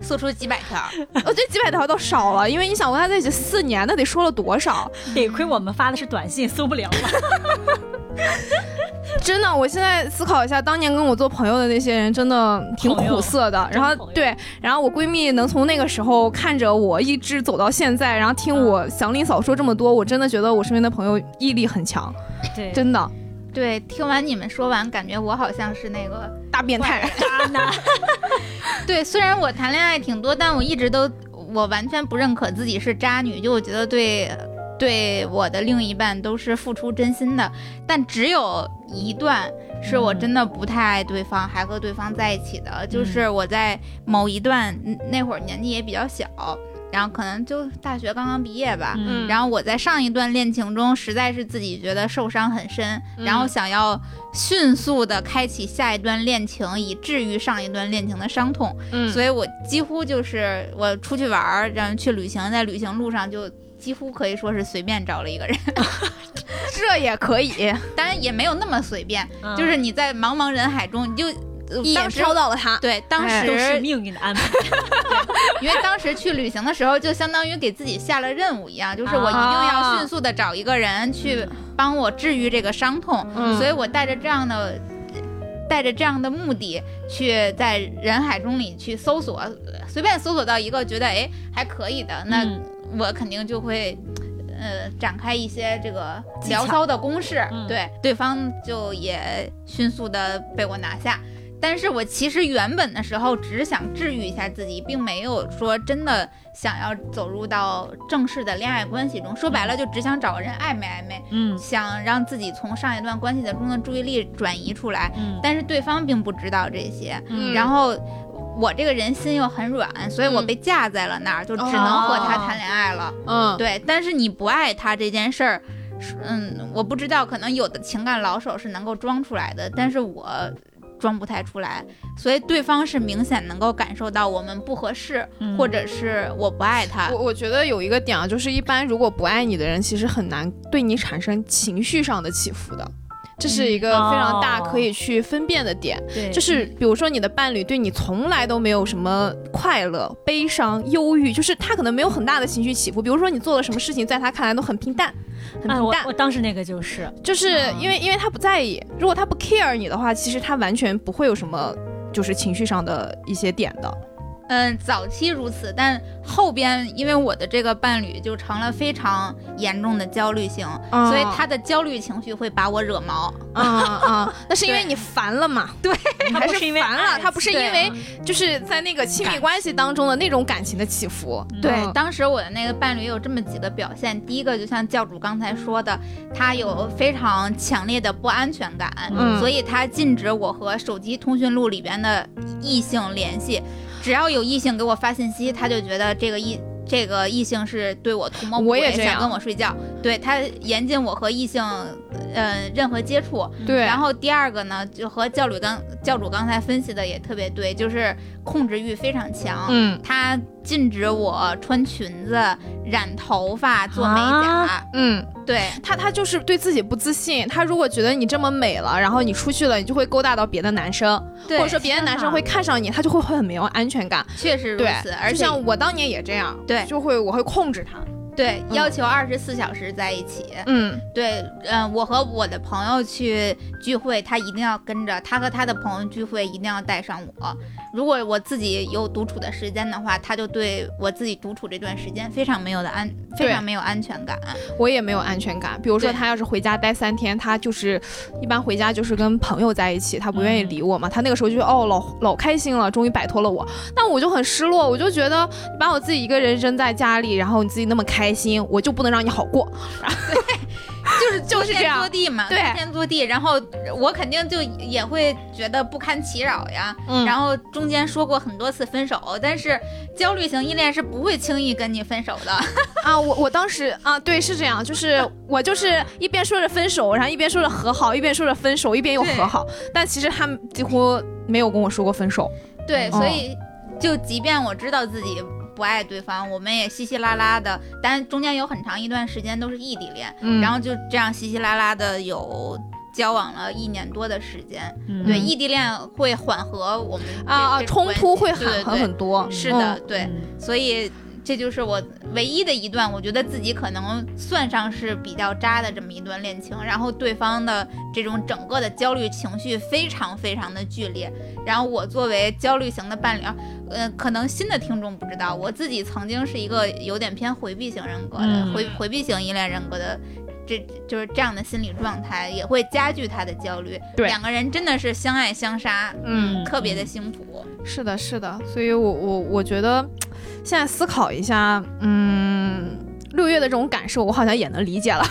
诉出几百条。
我觉得几百条都少了，因为你想跟他在一起四年，那得说了多少？
得亏我们发的是短信，搜不了了。
真的，我现在思考一下，当年跟我做朋友的那些人，真的挺苦涩的。然后对，然后我闺蜜能从那个时候看着我一直走到现在，然后听我祥林嫂说这么多，我真的觉得我身边的朋友毅力很强。
对，
真的。
对，听完你们说完，感觉我好像是那个
大变态
渣男。
对，虽然我谈恋爱挺多，但我一直都我完全不认可自己是渣女，就我觉得对。对我的另一半都是付出真心的，但只有一段是我真的不太爱对方，嗯、还和对方在一起的，嗯、就是我在某一段那会儿年纪也比较小，然后可能就大学刚刚毕业吧，嗯、然后我在上一段恋情中实在是自己觉得受伤很深，嗯、然后想要迅速的开启下一段恋情，以治愈上一段恋情的伤痛，嗯、所以我几乎就是我出去玩，然后去旅行，在旅行路上就。几乎可以说是随便找了一个人，
这也可以，
当然也没有那么随便，嗯、就是你在茫茫人海中，你就
一眼挑到了他。
对，当时
都是命运的安排。
因为当时去旅行的时候，就相当于给自己下了任务一样，就是我一定要迅速的找一个人去帮我治愈这个伤痛，嗯、所以我带着这样的。带着这样的目的去在人海中里去搜索，随便搜索到一个觉得哎还可以的，那我肯定就会呃展开一些这个聊骚的攻势，嗯、对对方就也迅速的被我拿下。但是我其实原本的时候只想治愈一下自己，并没有说真的想要走入到正式的恋爱关系中，说白了就只想找个人暧昧暧昧，嗯，想让自己从上一段关系的中的注意力转移出来，嗯，但是对方并不知道这些，嗯，然后我这个人心又很软，所以我被架在了那儿，嗯、就只能和他谈恋爱了，嗯，对，但是你不爱他这件事儿，嗯，我不知道，可能有的情感老手是能够装出来的，但是我。装不太出来，所以对方是明显能够感受到我们不合适，嗯、或者是我不爱他。
我我觉得有一个点啊，就是一般如果不爱你的人，其实很难对你产生情绪上的起伏的。这是一个非常大可以去分辨的点，嗯哦、就是比如说你的伴侣对你从来都没有什么快乐、悲伤、忧郁，就是他可能没有很大的情绪起伏。比如说你做了什么事情，在他看来都很平淡，很平淡。
哎、我, 我当时那个就是，
就是因为因为他不在意，如果他不 care 你的话，其实他完全不会有什么就是情绪上的一些点的。
嗯，早期如此，但后边因为我的这个伴侣就成了非常严重的焦虑性，哦、所以他的焦虑情绪会把我惹毛。
啊啊，那是因为你烦了嘛？
对，
他不是因为烦了，他不是因为就是在那个亲密关系当中的那种感情的起伏。
对，嗯、当时我的那个伴侣有这么几个表现，第一个就像教主刚才说的，他有非常强烈的不安全感，嗯、所以他禁止我和手机通讯录里边的异性联系。只要有异性给我发信息，他就觉得这个异这个异性是对我图谋不轨，想跟我睡觉。对，他严禁我和异性呃任何接触。
对。
然后第二个呢，就和教主刚教主刚才分析的也特别对，就是控制欲非常强。嗯。他禁止我穿裙子、染头发、做美甲。啊、
嗯。
对
他，他就是对自己不自信。他如果觉得你这么美了，然后你出去了，你就会勾搭到别的男生，或者说别的男生会看上你，他就会会很没有安全感。
确实如此，而且
就像我当年也这样，
对，
就会我会控制他。
对，要求二十四小时在一起。嗯，对，嗯、呃，我和我的朋友去聚会，他一定要跟着；他和他的朋友聚会，一定要带上我。如果我自己有独处的时间的话，他就对我自己独处这段时间非常没有的安，非常没有安全感。
我也没有安全感。比如说，他要是回家待三天，他就是一般回家就是跟朋友在一起，他不愿意理我嘛。嗯、他那个时候就哦老老开心了，终于摆脱了我。但我就很失落，我就觉得你把我自己一个人扔在家里，然后你自己那么开心，我就不能让你好过。
对，就是就是这样，坐地嘛，
对，
天坐地，然后我肯定就也会觉得不堪其扰呀。嗯，然后中间说过很多次分手，但是焦虑型依恋是不会轻易跟你分手的
啊。我我当时啊，对，是这样，就是我就是一边说着分手，然后一边说着和好，一边说着分手，一边又和好，但其实他们几乎没有跟我说过分手。
对，所以就即便我知道自己不爱对方，我们也稀稀拉拉的，但中间有很长一段时间都是异地恋，嗯、然后就这样稀稀拉拉的有交往了一年多的时间。
嗯、
对，异地恋会缓和我们
啊啊冲突会缓和很多。
是的，
嗯、
对，所以。这就是我唯一的一段，我觉得自己可能算上是比较渣的这么一段恋情，然后对方的这种整个的焦虑情绪非常非常的剧烈，然后我作为焦虑型的伴侣，呃，可能新的听众不知道，我自己曾经是一个有点偏回避型人格的，
嗯、
回回避型依恋人格的。这就是这样的心理状态也会加剧他的焦虑，
对，
两个人真的是相爱相杀，
嗯，
特别的辛苦。
是的，是的，所以我我我觉得现在思考一下，嗯，六月的这种感受，我好像也能理解了。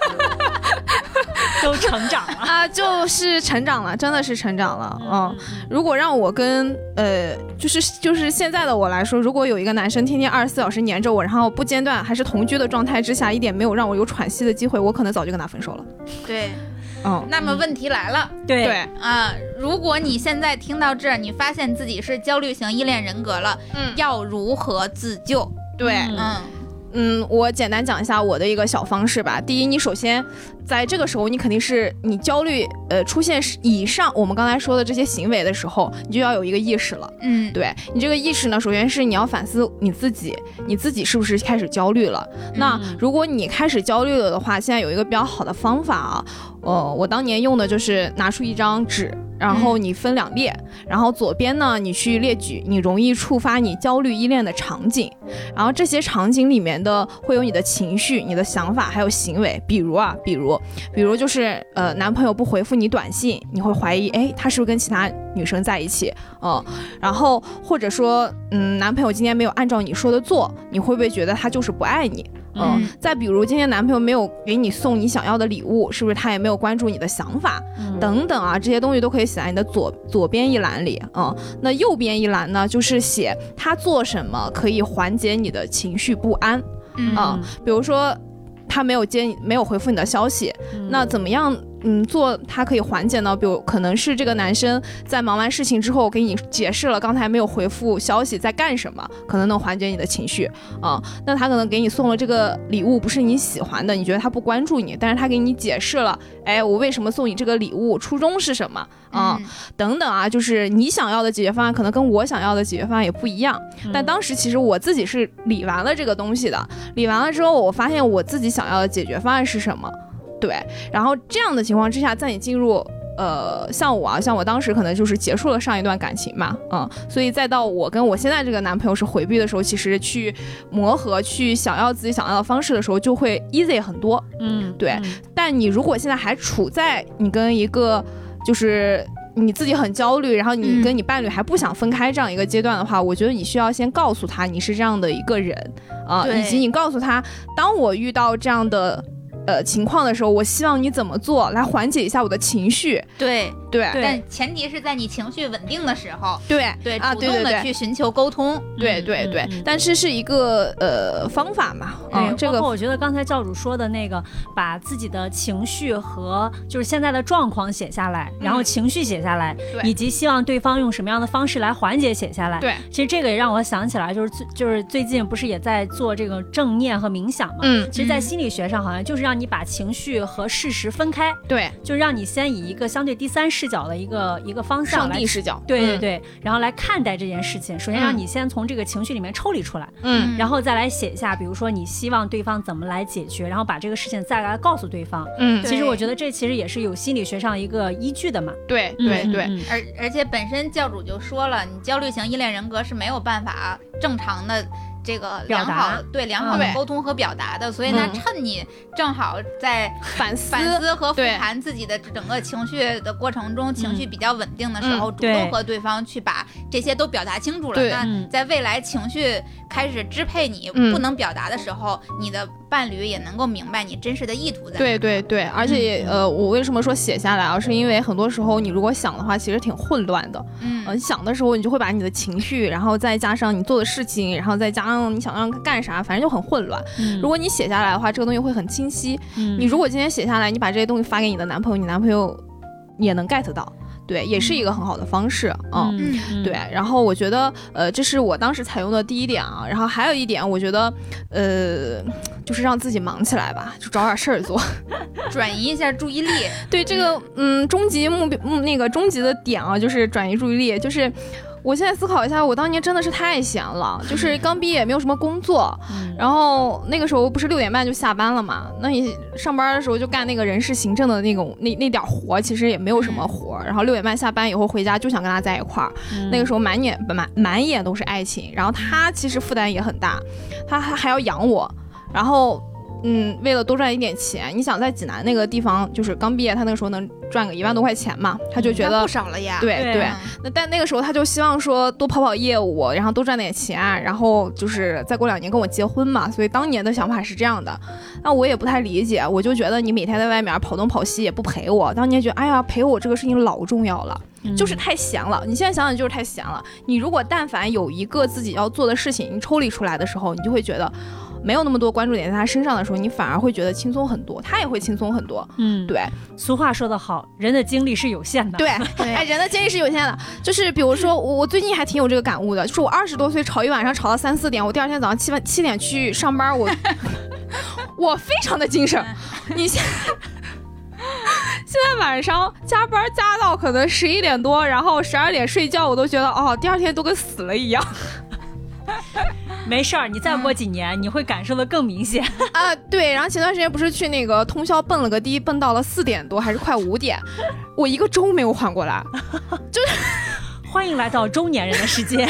都成长了
啊，就是成长了，真的是成长了。嗯，如果让我跟呃，就是就是现在的我来说，如果有一个男生天天二十四小时黏着我，然后不间断，还是同居的状态之下，一点没有让我有喘息的机会，我可能早就跟他分手了。
对，
嗯。
那么问题来了，
对
对
啊，如果你现在听到这儿，你发现自己是焦虑型依恋人格了，
嗯，
要如何自救？
对，
嗯。
嗯，我简单讲一下我的一个小方式吧。第一，你首先在这个时候，你肯定是你焦虑呃出现以上我们刚才说的这些行为的时候，你就要有一个意识了。
嗯，
对你这个意识呢，首先是你要反思你自己，你自己是不是开始焦虑了？嗯、那如果你开始焦虑了的话，现在有一个比较好的方法啊，呃，我当年用的就是拿出一张纸。然后你分两列，然后左边呢，你去列举你容易触发你焦虑依恋的场景，然后这些场景里面的会有你的情绪、你的想法还有行为，比如啊，比如，比如就是呃，男朋友不回复你短信，你会怀疑，哎，他是不是跟其他女生在一起？嗯，然后或者说，嗯，男朋友今天没有按照你说的做，你会不会觉得他就是不爱你？嗯，再比如今天男朋友没有给你送你想要的礼物，是不是他也没有关注你的想法？嗯、等等啊，这些东西都可以写在你的左左边一栏里。嗯，那右边一栏呢，就是写他做什么可以缓解你的情绪不安。嗯，嗯比如说他没有接没有回复你的消息，嗯、那怎么样？嗯，做它可以缓解呢，比如可能是这个男生在忙完事情之后给你解释了刚才没有回复消息在干什么，可能能缓解你的情绪啊、嗯。那他可能给你送了这个礼物不是你喜欢的，你觉得他不关注你，但是他给你解释了，哎，我为什么送你这个礼物，初衷是什么啊、嗯嗯？等等啊，就是你想要的解决方案可能跟我想要的解决方案也不一样。嗯、但当时其实我自己是理完了这个东西的，理完了之后我发现我自己想要的解决方案是什么。对，然后这样的情况之下，在你进入呃，像我啊，像我当时可能就是结束了上一段感情嘛，嗯，所以再到我跟我现在这个男朋友是回避的时候，其实去磨合，去想要自己想要的方式的时候，就会 easy 很多，嗯，对。嗯、但你如果现在还处在你跟一个就是你自己很焦虑，然后你跟你伴侣还不想分开这样一个阶段的话，嗯、我觉得你需要先告诉他你是这样的一个人啊、呃，以及你告诉他，当我遇到这样的。呃，情况的时候，我希望你怎么做来缓解一下我的情绪？
对
对，
但前提是在你情绪稳定的时候，
对
对，
啊，
主动的去寻求沟通，
对对对。嗯嗯、但是是一个呃方法嘛，
嗯，
这个
包括我觉得刚才教主说的那个，把自己的情绪和就是现在的状况写下来，然后情绪写下来，
嗯、
以及希望对方用什么样的方式来缓解写下来。
对，
其实这个也让我想起来，就是就是最近不是也在做这个正念和冥想嘛？
嗯，
其实，在心理学上好像就是让你把情绪和事实分开，
对，
就让你先以一个相对第三视角的一个一个方向来，
上帝视角，
对对对、嗯，然后来看待这件事情。首先让你先从这个情绪里面抽离出来，
嗯，
然后再来写下，比如说你希望对方怎么来解决，然后把这个事情再来告诉对方。
嗯，
其实我觉得这其实也是有心理学上一个依据的嘛。
对对对，
嗯嗯嗯、
而而且本身教主就说了，你焦虑型依恋人格是没有办法正常的。这个良好对良好的沟通和表达的，嗯、所以呢，趁你正好在
反思、
反思和复盘自己的整个情绪的过程中，情绪比较稳定的时候，
嗯、
主动和对方去把这些都表达清楚了。那在未来情绪开始支配你不能表达的时候，嗯、你的伴侣也能够明白你真实的意图在哪。
对对对，而且、嗯、呃，我为什么说写下来啊？是因为很多时候你如果想的话，其实挺混乱的。嗯，呃、你想的时候，你就会把你的情绪，然后再加上你做的事情，然后再加上你想让他干啥，反正就很混乱。嗯、如果你写下来的话，这个东西会很清晰。嗯、你如果今天写下来，你把这些东西发给你的男朋友，你男朋友也能 get 到。对，也是一个很好的方式，嗯，
嗯
对。然后我觉得，呃，这是我当时采用的第一点啊。然后还有一点，我觉得，呃，就是让自己忙起来吧，就找点事儿做，
转移一下注意力。
对这个，嗯，终极目标，嗯，那个终极的点啊，就是转移注意力，就是。我现在思考一下，我当年真的是太闲了，就是刚毕业没有什么工作，嗯、然后那个时候不是六点半就下班了嘛？那你上班的时候就干那个人事行政的那种那那点活，其实也没有什么活。然后六点半下班以后回家就想跟他在一块儿，嗯、那个时候满眼满满眼都是爱情。然后他其实负担也很大，他还还要养我，然后。嗯，为了多赚一点钱，你想在济南那个地方，就是刚毕业，他那个时候能赚个一万多块钱嘛，他就觉得
不少了呀。
对 对, 对，那但那个时候他就希望说多跑跑业务，然后多赚点钱，然后就是再过两年跟我结婚嘛。所以当年的想法是这样的，那我也不太理解，我就觉得你每天在外面跑东跑西也不陪我，当年觉得哎呀陪我这个事情老重要了。就是太闲了，你现在想想就是太闲了。你如果但凡有一个自己要做的事情，你抽离出来的时候，你就会觉得没有那么多关注点在他身上的时候，你反而会觉得轻松很多，他也会轻松很多。嗯，对。
俗话说得好，人的精力是有限的。
对，哎，人的精力是有限的。就是比如说，我我最近还挺有这个感悟的，就是我二十多岁吵一晚上吵到三四点，我第二天早上七七点去上班，我我非常的精神。你现在。现在晚上加班加到可能十一点多，然后十二点睡觉，我都觉得哦，第二天都跟死了一样。
没事儿，你再过几年、嗯、你会感受的更明显
啊。对，然后前段时间不是去那个通宵蹦了个迪，蹦到了四点多还是快五点，我一个周没有缓过来，就是
欢迎来到中年人的世界。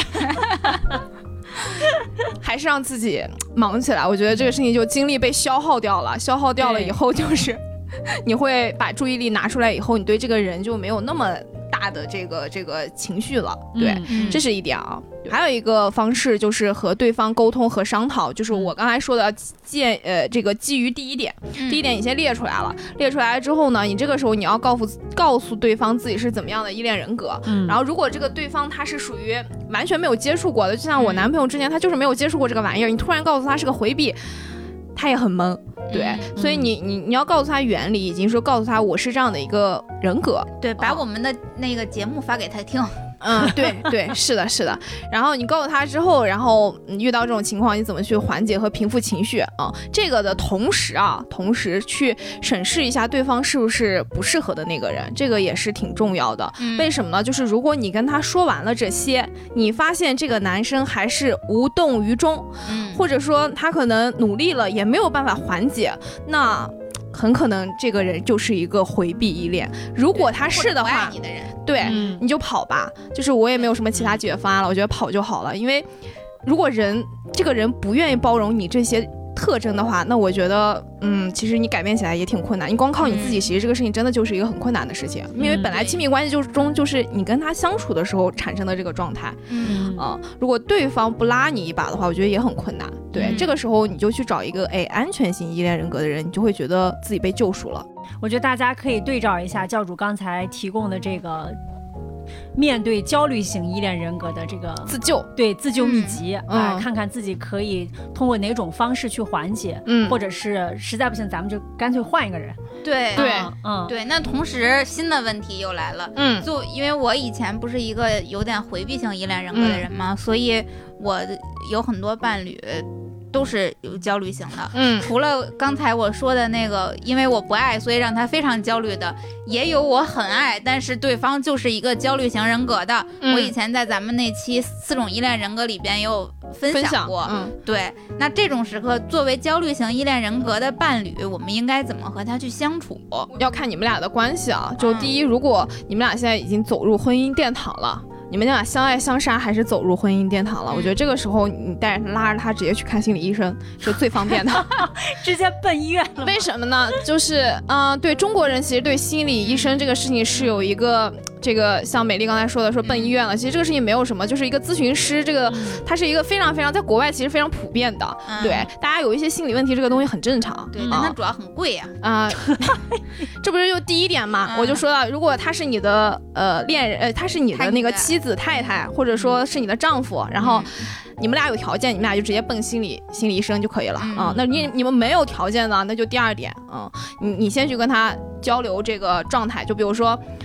还是让自己忙起来，我觉得这个事情就精力被消耗掉了，消耗掉了以后就是你会把注意力拿出来以后，你对这个人就没有那么大的这个这个情绪了。对、嗯、这是一点啊。还有一个方式就是和对方沟通和商讨，就是我刚才说的建呃这个基于第一点，第一点你先列出来了，列出来之后呢，你这个时候你要告诉告诉对方自己是怎么样的依恋人格、嗯、然后如果这个对方他是属于完全没有接触过的，就像我男朋友之前他就是没有接触过这个玩意儿，你突然告诉他是个回避，他也很懵。对、嗯、所以你你你要告诉他原理，以及说告诉他我是这样的一个人格。
对，把我们的那个节目发给他听。
嗯，对对，是的，是的。然后你告诉他之后，然后你遇到这种情况，你怎么去缓解和平复情绪啊？这个的同时啊，同时去审视一下对方是不是不适合的那个人，这个也是挺重要的。嗯、为什么呢？就是如果你跟他说完了这些，你发现这个男生还是无动于衷，嗯、或者说他可能努力了也没有办法缓解，那很可能这个人就是一个回避依恋。如果他是的话，
你的人
对、嗯、你就跑吧，就是我也没有什么其他解决方案了，我觉得跑就好了。因为如果人这个人不愿意包容你这些特征的话，那我觉得嗯，其实你改变起来也挺困难，你光靠你自己、嗯、其实这个事情真的就是一个很困难的事情、嗯、因为本来亲密关系就是中就是你跟他相处的时候产生的这个状态。嗯、呃、如果对方不拉你一把的话，我觉得也很困难。对、嗯、这个时候你就去找一个哎安全型依恋人格的人，你就会觉得自己被救赎了。
我觉得大家可以对照一下教主刚才提供的这个面对焦虑型依恋人格的这个
自救，对
自救秘籍啊、嗯呃，看看自己可以通过哪种方式去缓解，嗯，或者是实在不行，咱们就干脆换一个人。
对
对，
嗯，对。那同时新的问题又来了，嗯，就因为我以前不是一个有点回避型依恋人格的人嘛，嗯、所以我有很多伴侣都是有焦虑型的，嗯，除了刚才我说的那个因为我不爱所以让他非常焦虑的，也有我很爱但是对方就是一个焦虑型人格的、嗯、我以前在咱们那期四种依恋人格里边也有分享过，嗯，对。那这种时刻作为焦虑型依恋人格的伴侣，我们应该怎么和他去相处？
要看你们俩的关系啊。就第一、嗯、如果你们俩现在已经走入婚姻殿堂了，你们俩相爱相杀还是走入婚姻殿堂了、嗯、我觉得这个时候你带着他拉着他直接去看心理医生是最方便的。
直接奔医院了。
为什么呢？就是嗯、呃，对中国人其实对心理医生这个事情是有一个这个像美丽刚才说的说奔医院了、嗯、其实这个事情没有什么，就是一个咨询师，这个、嗯、它是一个非常非常在国外其实非常普遍的、嗯、对，大家有一些心理问题这个东西很正常。
对、嗯、但它主要很贵呀、
啊、呃、这不是就第一点嘛、嗯、我就说到如果他是你的呃恋人呃他是你的那个妻子太太或者说是你的丈夫、嗯、然后你们俩有条件，你们俩就直接奔心理心理医生就可以了啊、嗯嗯。那你你们没有条件呢，那就第二点，嗯，你你先去跟他交流这个状态，就比如说，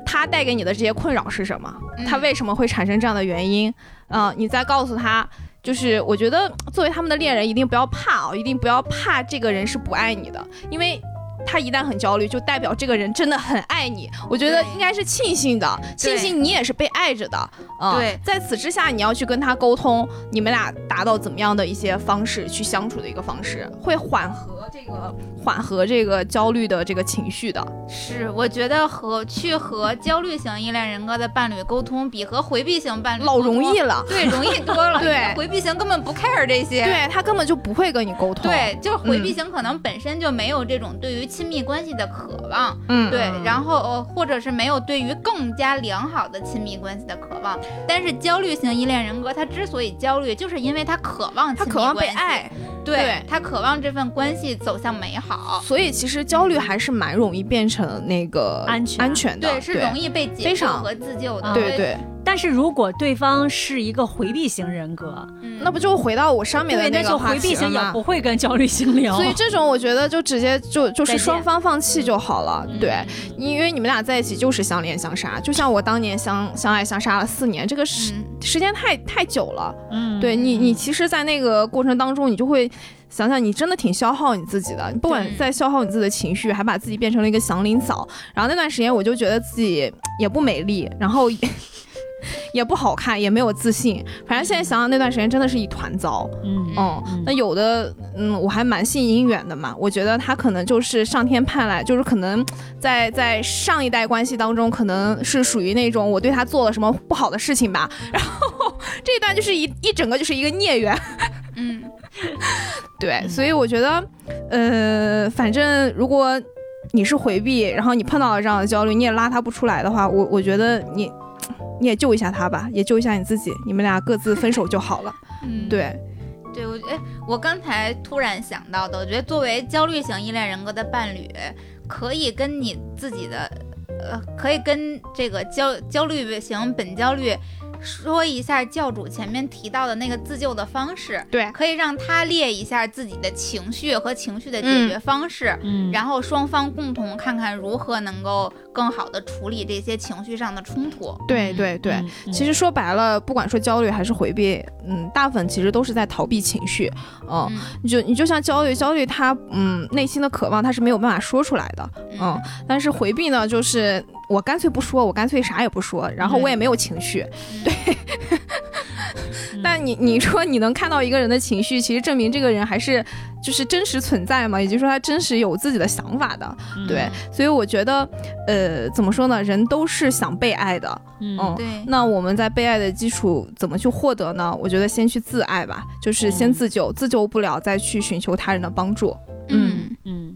他带给你的这些困扰是什么，他为什么会产生这样的原因，嗯、呃，你再告诉他。就是我觉得作为他们的恋人一定不要怕啊，一定不要怕这个人是不爱你的，因为他一旦很焦虑就代表这个人真的很爱你，我觉得应该是庆幸的，庆幸你也是被爱着的、嗯、
对，
在此之下你要去跟他沟通，你们俩达到怎么样的一些方式去相处的一个方式，会缓和这个缓和这个焦虑的这个情绪的。
是，我觉得和去和焦虑型依恋人格的伴侣沟通比和回避型伴侣
老容易了，
对，容易多了。
对，
回避型根本不 care 这些，
对，他根本就不会跟你沟通。
对，就是回避型可能本身就没有这种对于亲密关系的渴望，
嗯，
对，然后、呃、或者是没有对于更加良好的亲密关系的渴望。但是焦虑型依恋人格，他之所以焦虑，就是因为他渴望亲密关系，他渴望被爱，对，对他渴望这份关系走向美好。
所以其实焦虑还是蛮容易变成那个
安全
安全的，
对，是容易被解救和自救的。
对对。
但是如果对方是一个回避型人格、
嗯、
那不就回到我上面的那个话题了吗？
对，那就回避型也不会跟焦虑型聊。
所以这种我觉得就直接就就是双方放弃就好了。对、嗯，因为你们俩在一起就是相恋相杀，就像我当年相相爱相杀了四年，这个时、嗯、时间太太久了。嗯，对你你其实，在那个过程当中，你就会想想，你真的挺消耗你自己的，你不管在消耗你自己的情绪，还把自己变成了一个祥林嫂。然后那段时间，我就觉得自己也不美丽，然后。也不好看，也没有自信，反正现在想想那段时间真的是一团糟。嗯嗯，那有的嗯，我还蛮信姻缘的嘛，我觉得他可能就是上天派来，就是可能在在上一代关系当中，可能是属于那种我对他做了什么不好的事情吧，然后这一段就是一一整个就是一个孽缘。
嗯，
对，所以我觉得呃，反正如果你是回避，然后你碰到了这样的焦虑，你也拉他不出来的话，我我觉得你。你也救一下他吧，也救一下你自己，你们俩各自分手就好了。嗯，对，
对，我哎，我刚才突然想到的，我觉得作为焦虑型依恋人格的伴侣，可以跟你自己的，呃，可以跟这个焦焦虑型本焦虑说一下教主前面提到的那个自救的方式，
对，
可以让他列一下自己的情绪和情绪的解决方式，嗯，然后双方共同看看如何能够更好的处理这些情绪上的冲突。
对对对、嗯、其实说白了，不管说焦虑还是回避，嗯，大部分其实都是在逃避情绪。嗯，嗯你就你就像焦虑，焦虑他嗯内心的渴望他是没有办法说出来的，嗯，嗯但是回避呢，就是我干脆不说，我干脆啥也不说，然后我也没有情绪，嗯、对。但你你说你能看到一个人的情绪，其实证明这个人还是就是真实存在嘛，也就是说他真实有自己的想法的，嗯、对。所以我觉得，呃，怎么说呢？人都是想被爱的，嗯，嗯
对。
那我们在被爱的基础怎么去获得呢？我觉得先去自爱吧，就是先自救，嗯、自救不了再去寻求他人的帮助。嗯嗯。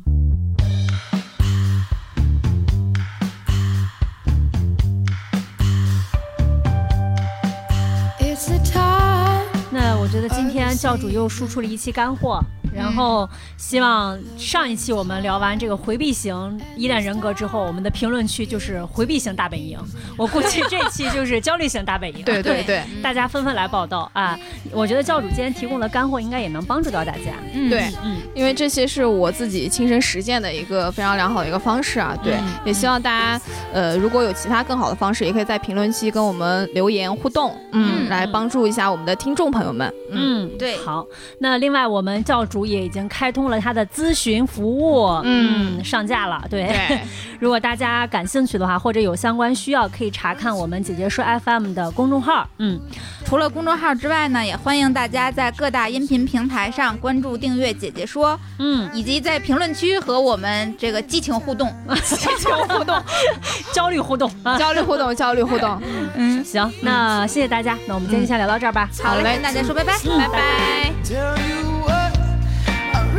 那我觉得今天教主又输出了一期干货，然后希望上一期我们聊完这个回避型依恋人格之后，我们的评论区就是回避型大本营，我估计这期就是焦虑型大本营。
对对对，
大家纷纷来报道啊！我觉得教主今天提供的干货应该也能帮助到大家。
嗯，对，嗯，因为这些是我自己亲身实践的一个非常良好的一个方式啊。对，嗯、也希望大家呃，如果有其他更好的方式，也可以在评论区跟我们留言互动，嗯，嗯来帮助一下我们的听众朋友们。
嗯，对，好。那另外，我们教主也已经开通了他的咨询服务，嗯，嗯上架了。对，对如果大家感兴趣的话，或者有相关需要，可以查看我们姐姐说 F M 的公众号。嗯，
除了公众号之外呢，也欢迎大家在各大音频平台上关注、订阅姐姐说，嗯，以及在评论区和我们这个激情互动，
激情互动，焦虑互动，
焦虑互动，焦虑互动。
嗯，行，那谢谢大家，那我们今天先聊到这儿吧。
嗯、好嘞，跟大家说拜拜，嗯、拜拜。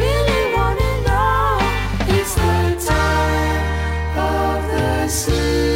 Really wanna know, it's the time of the sea.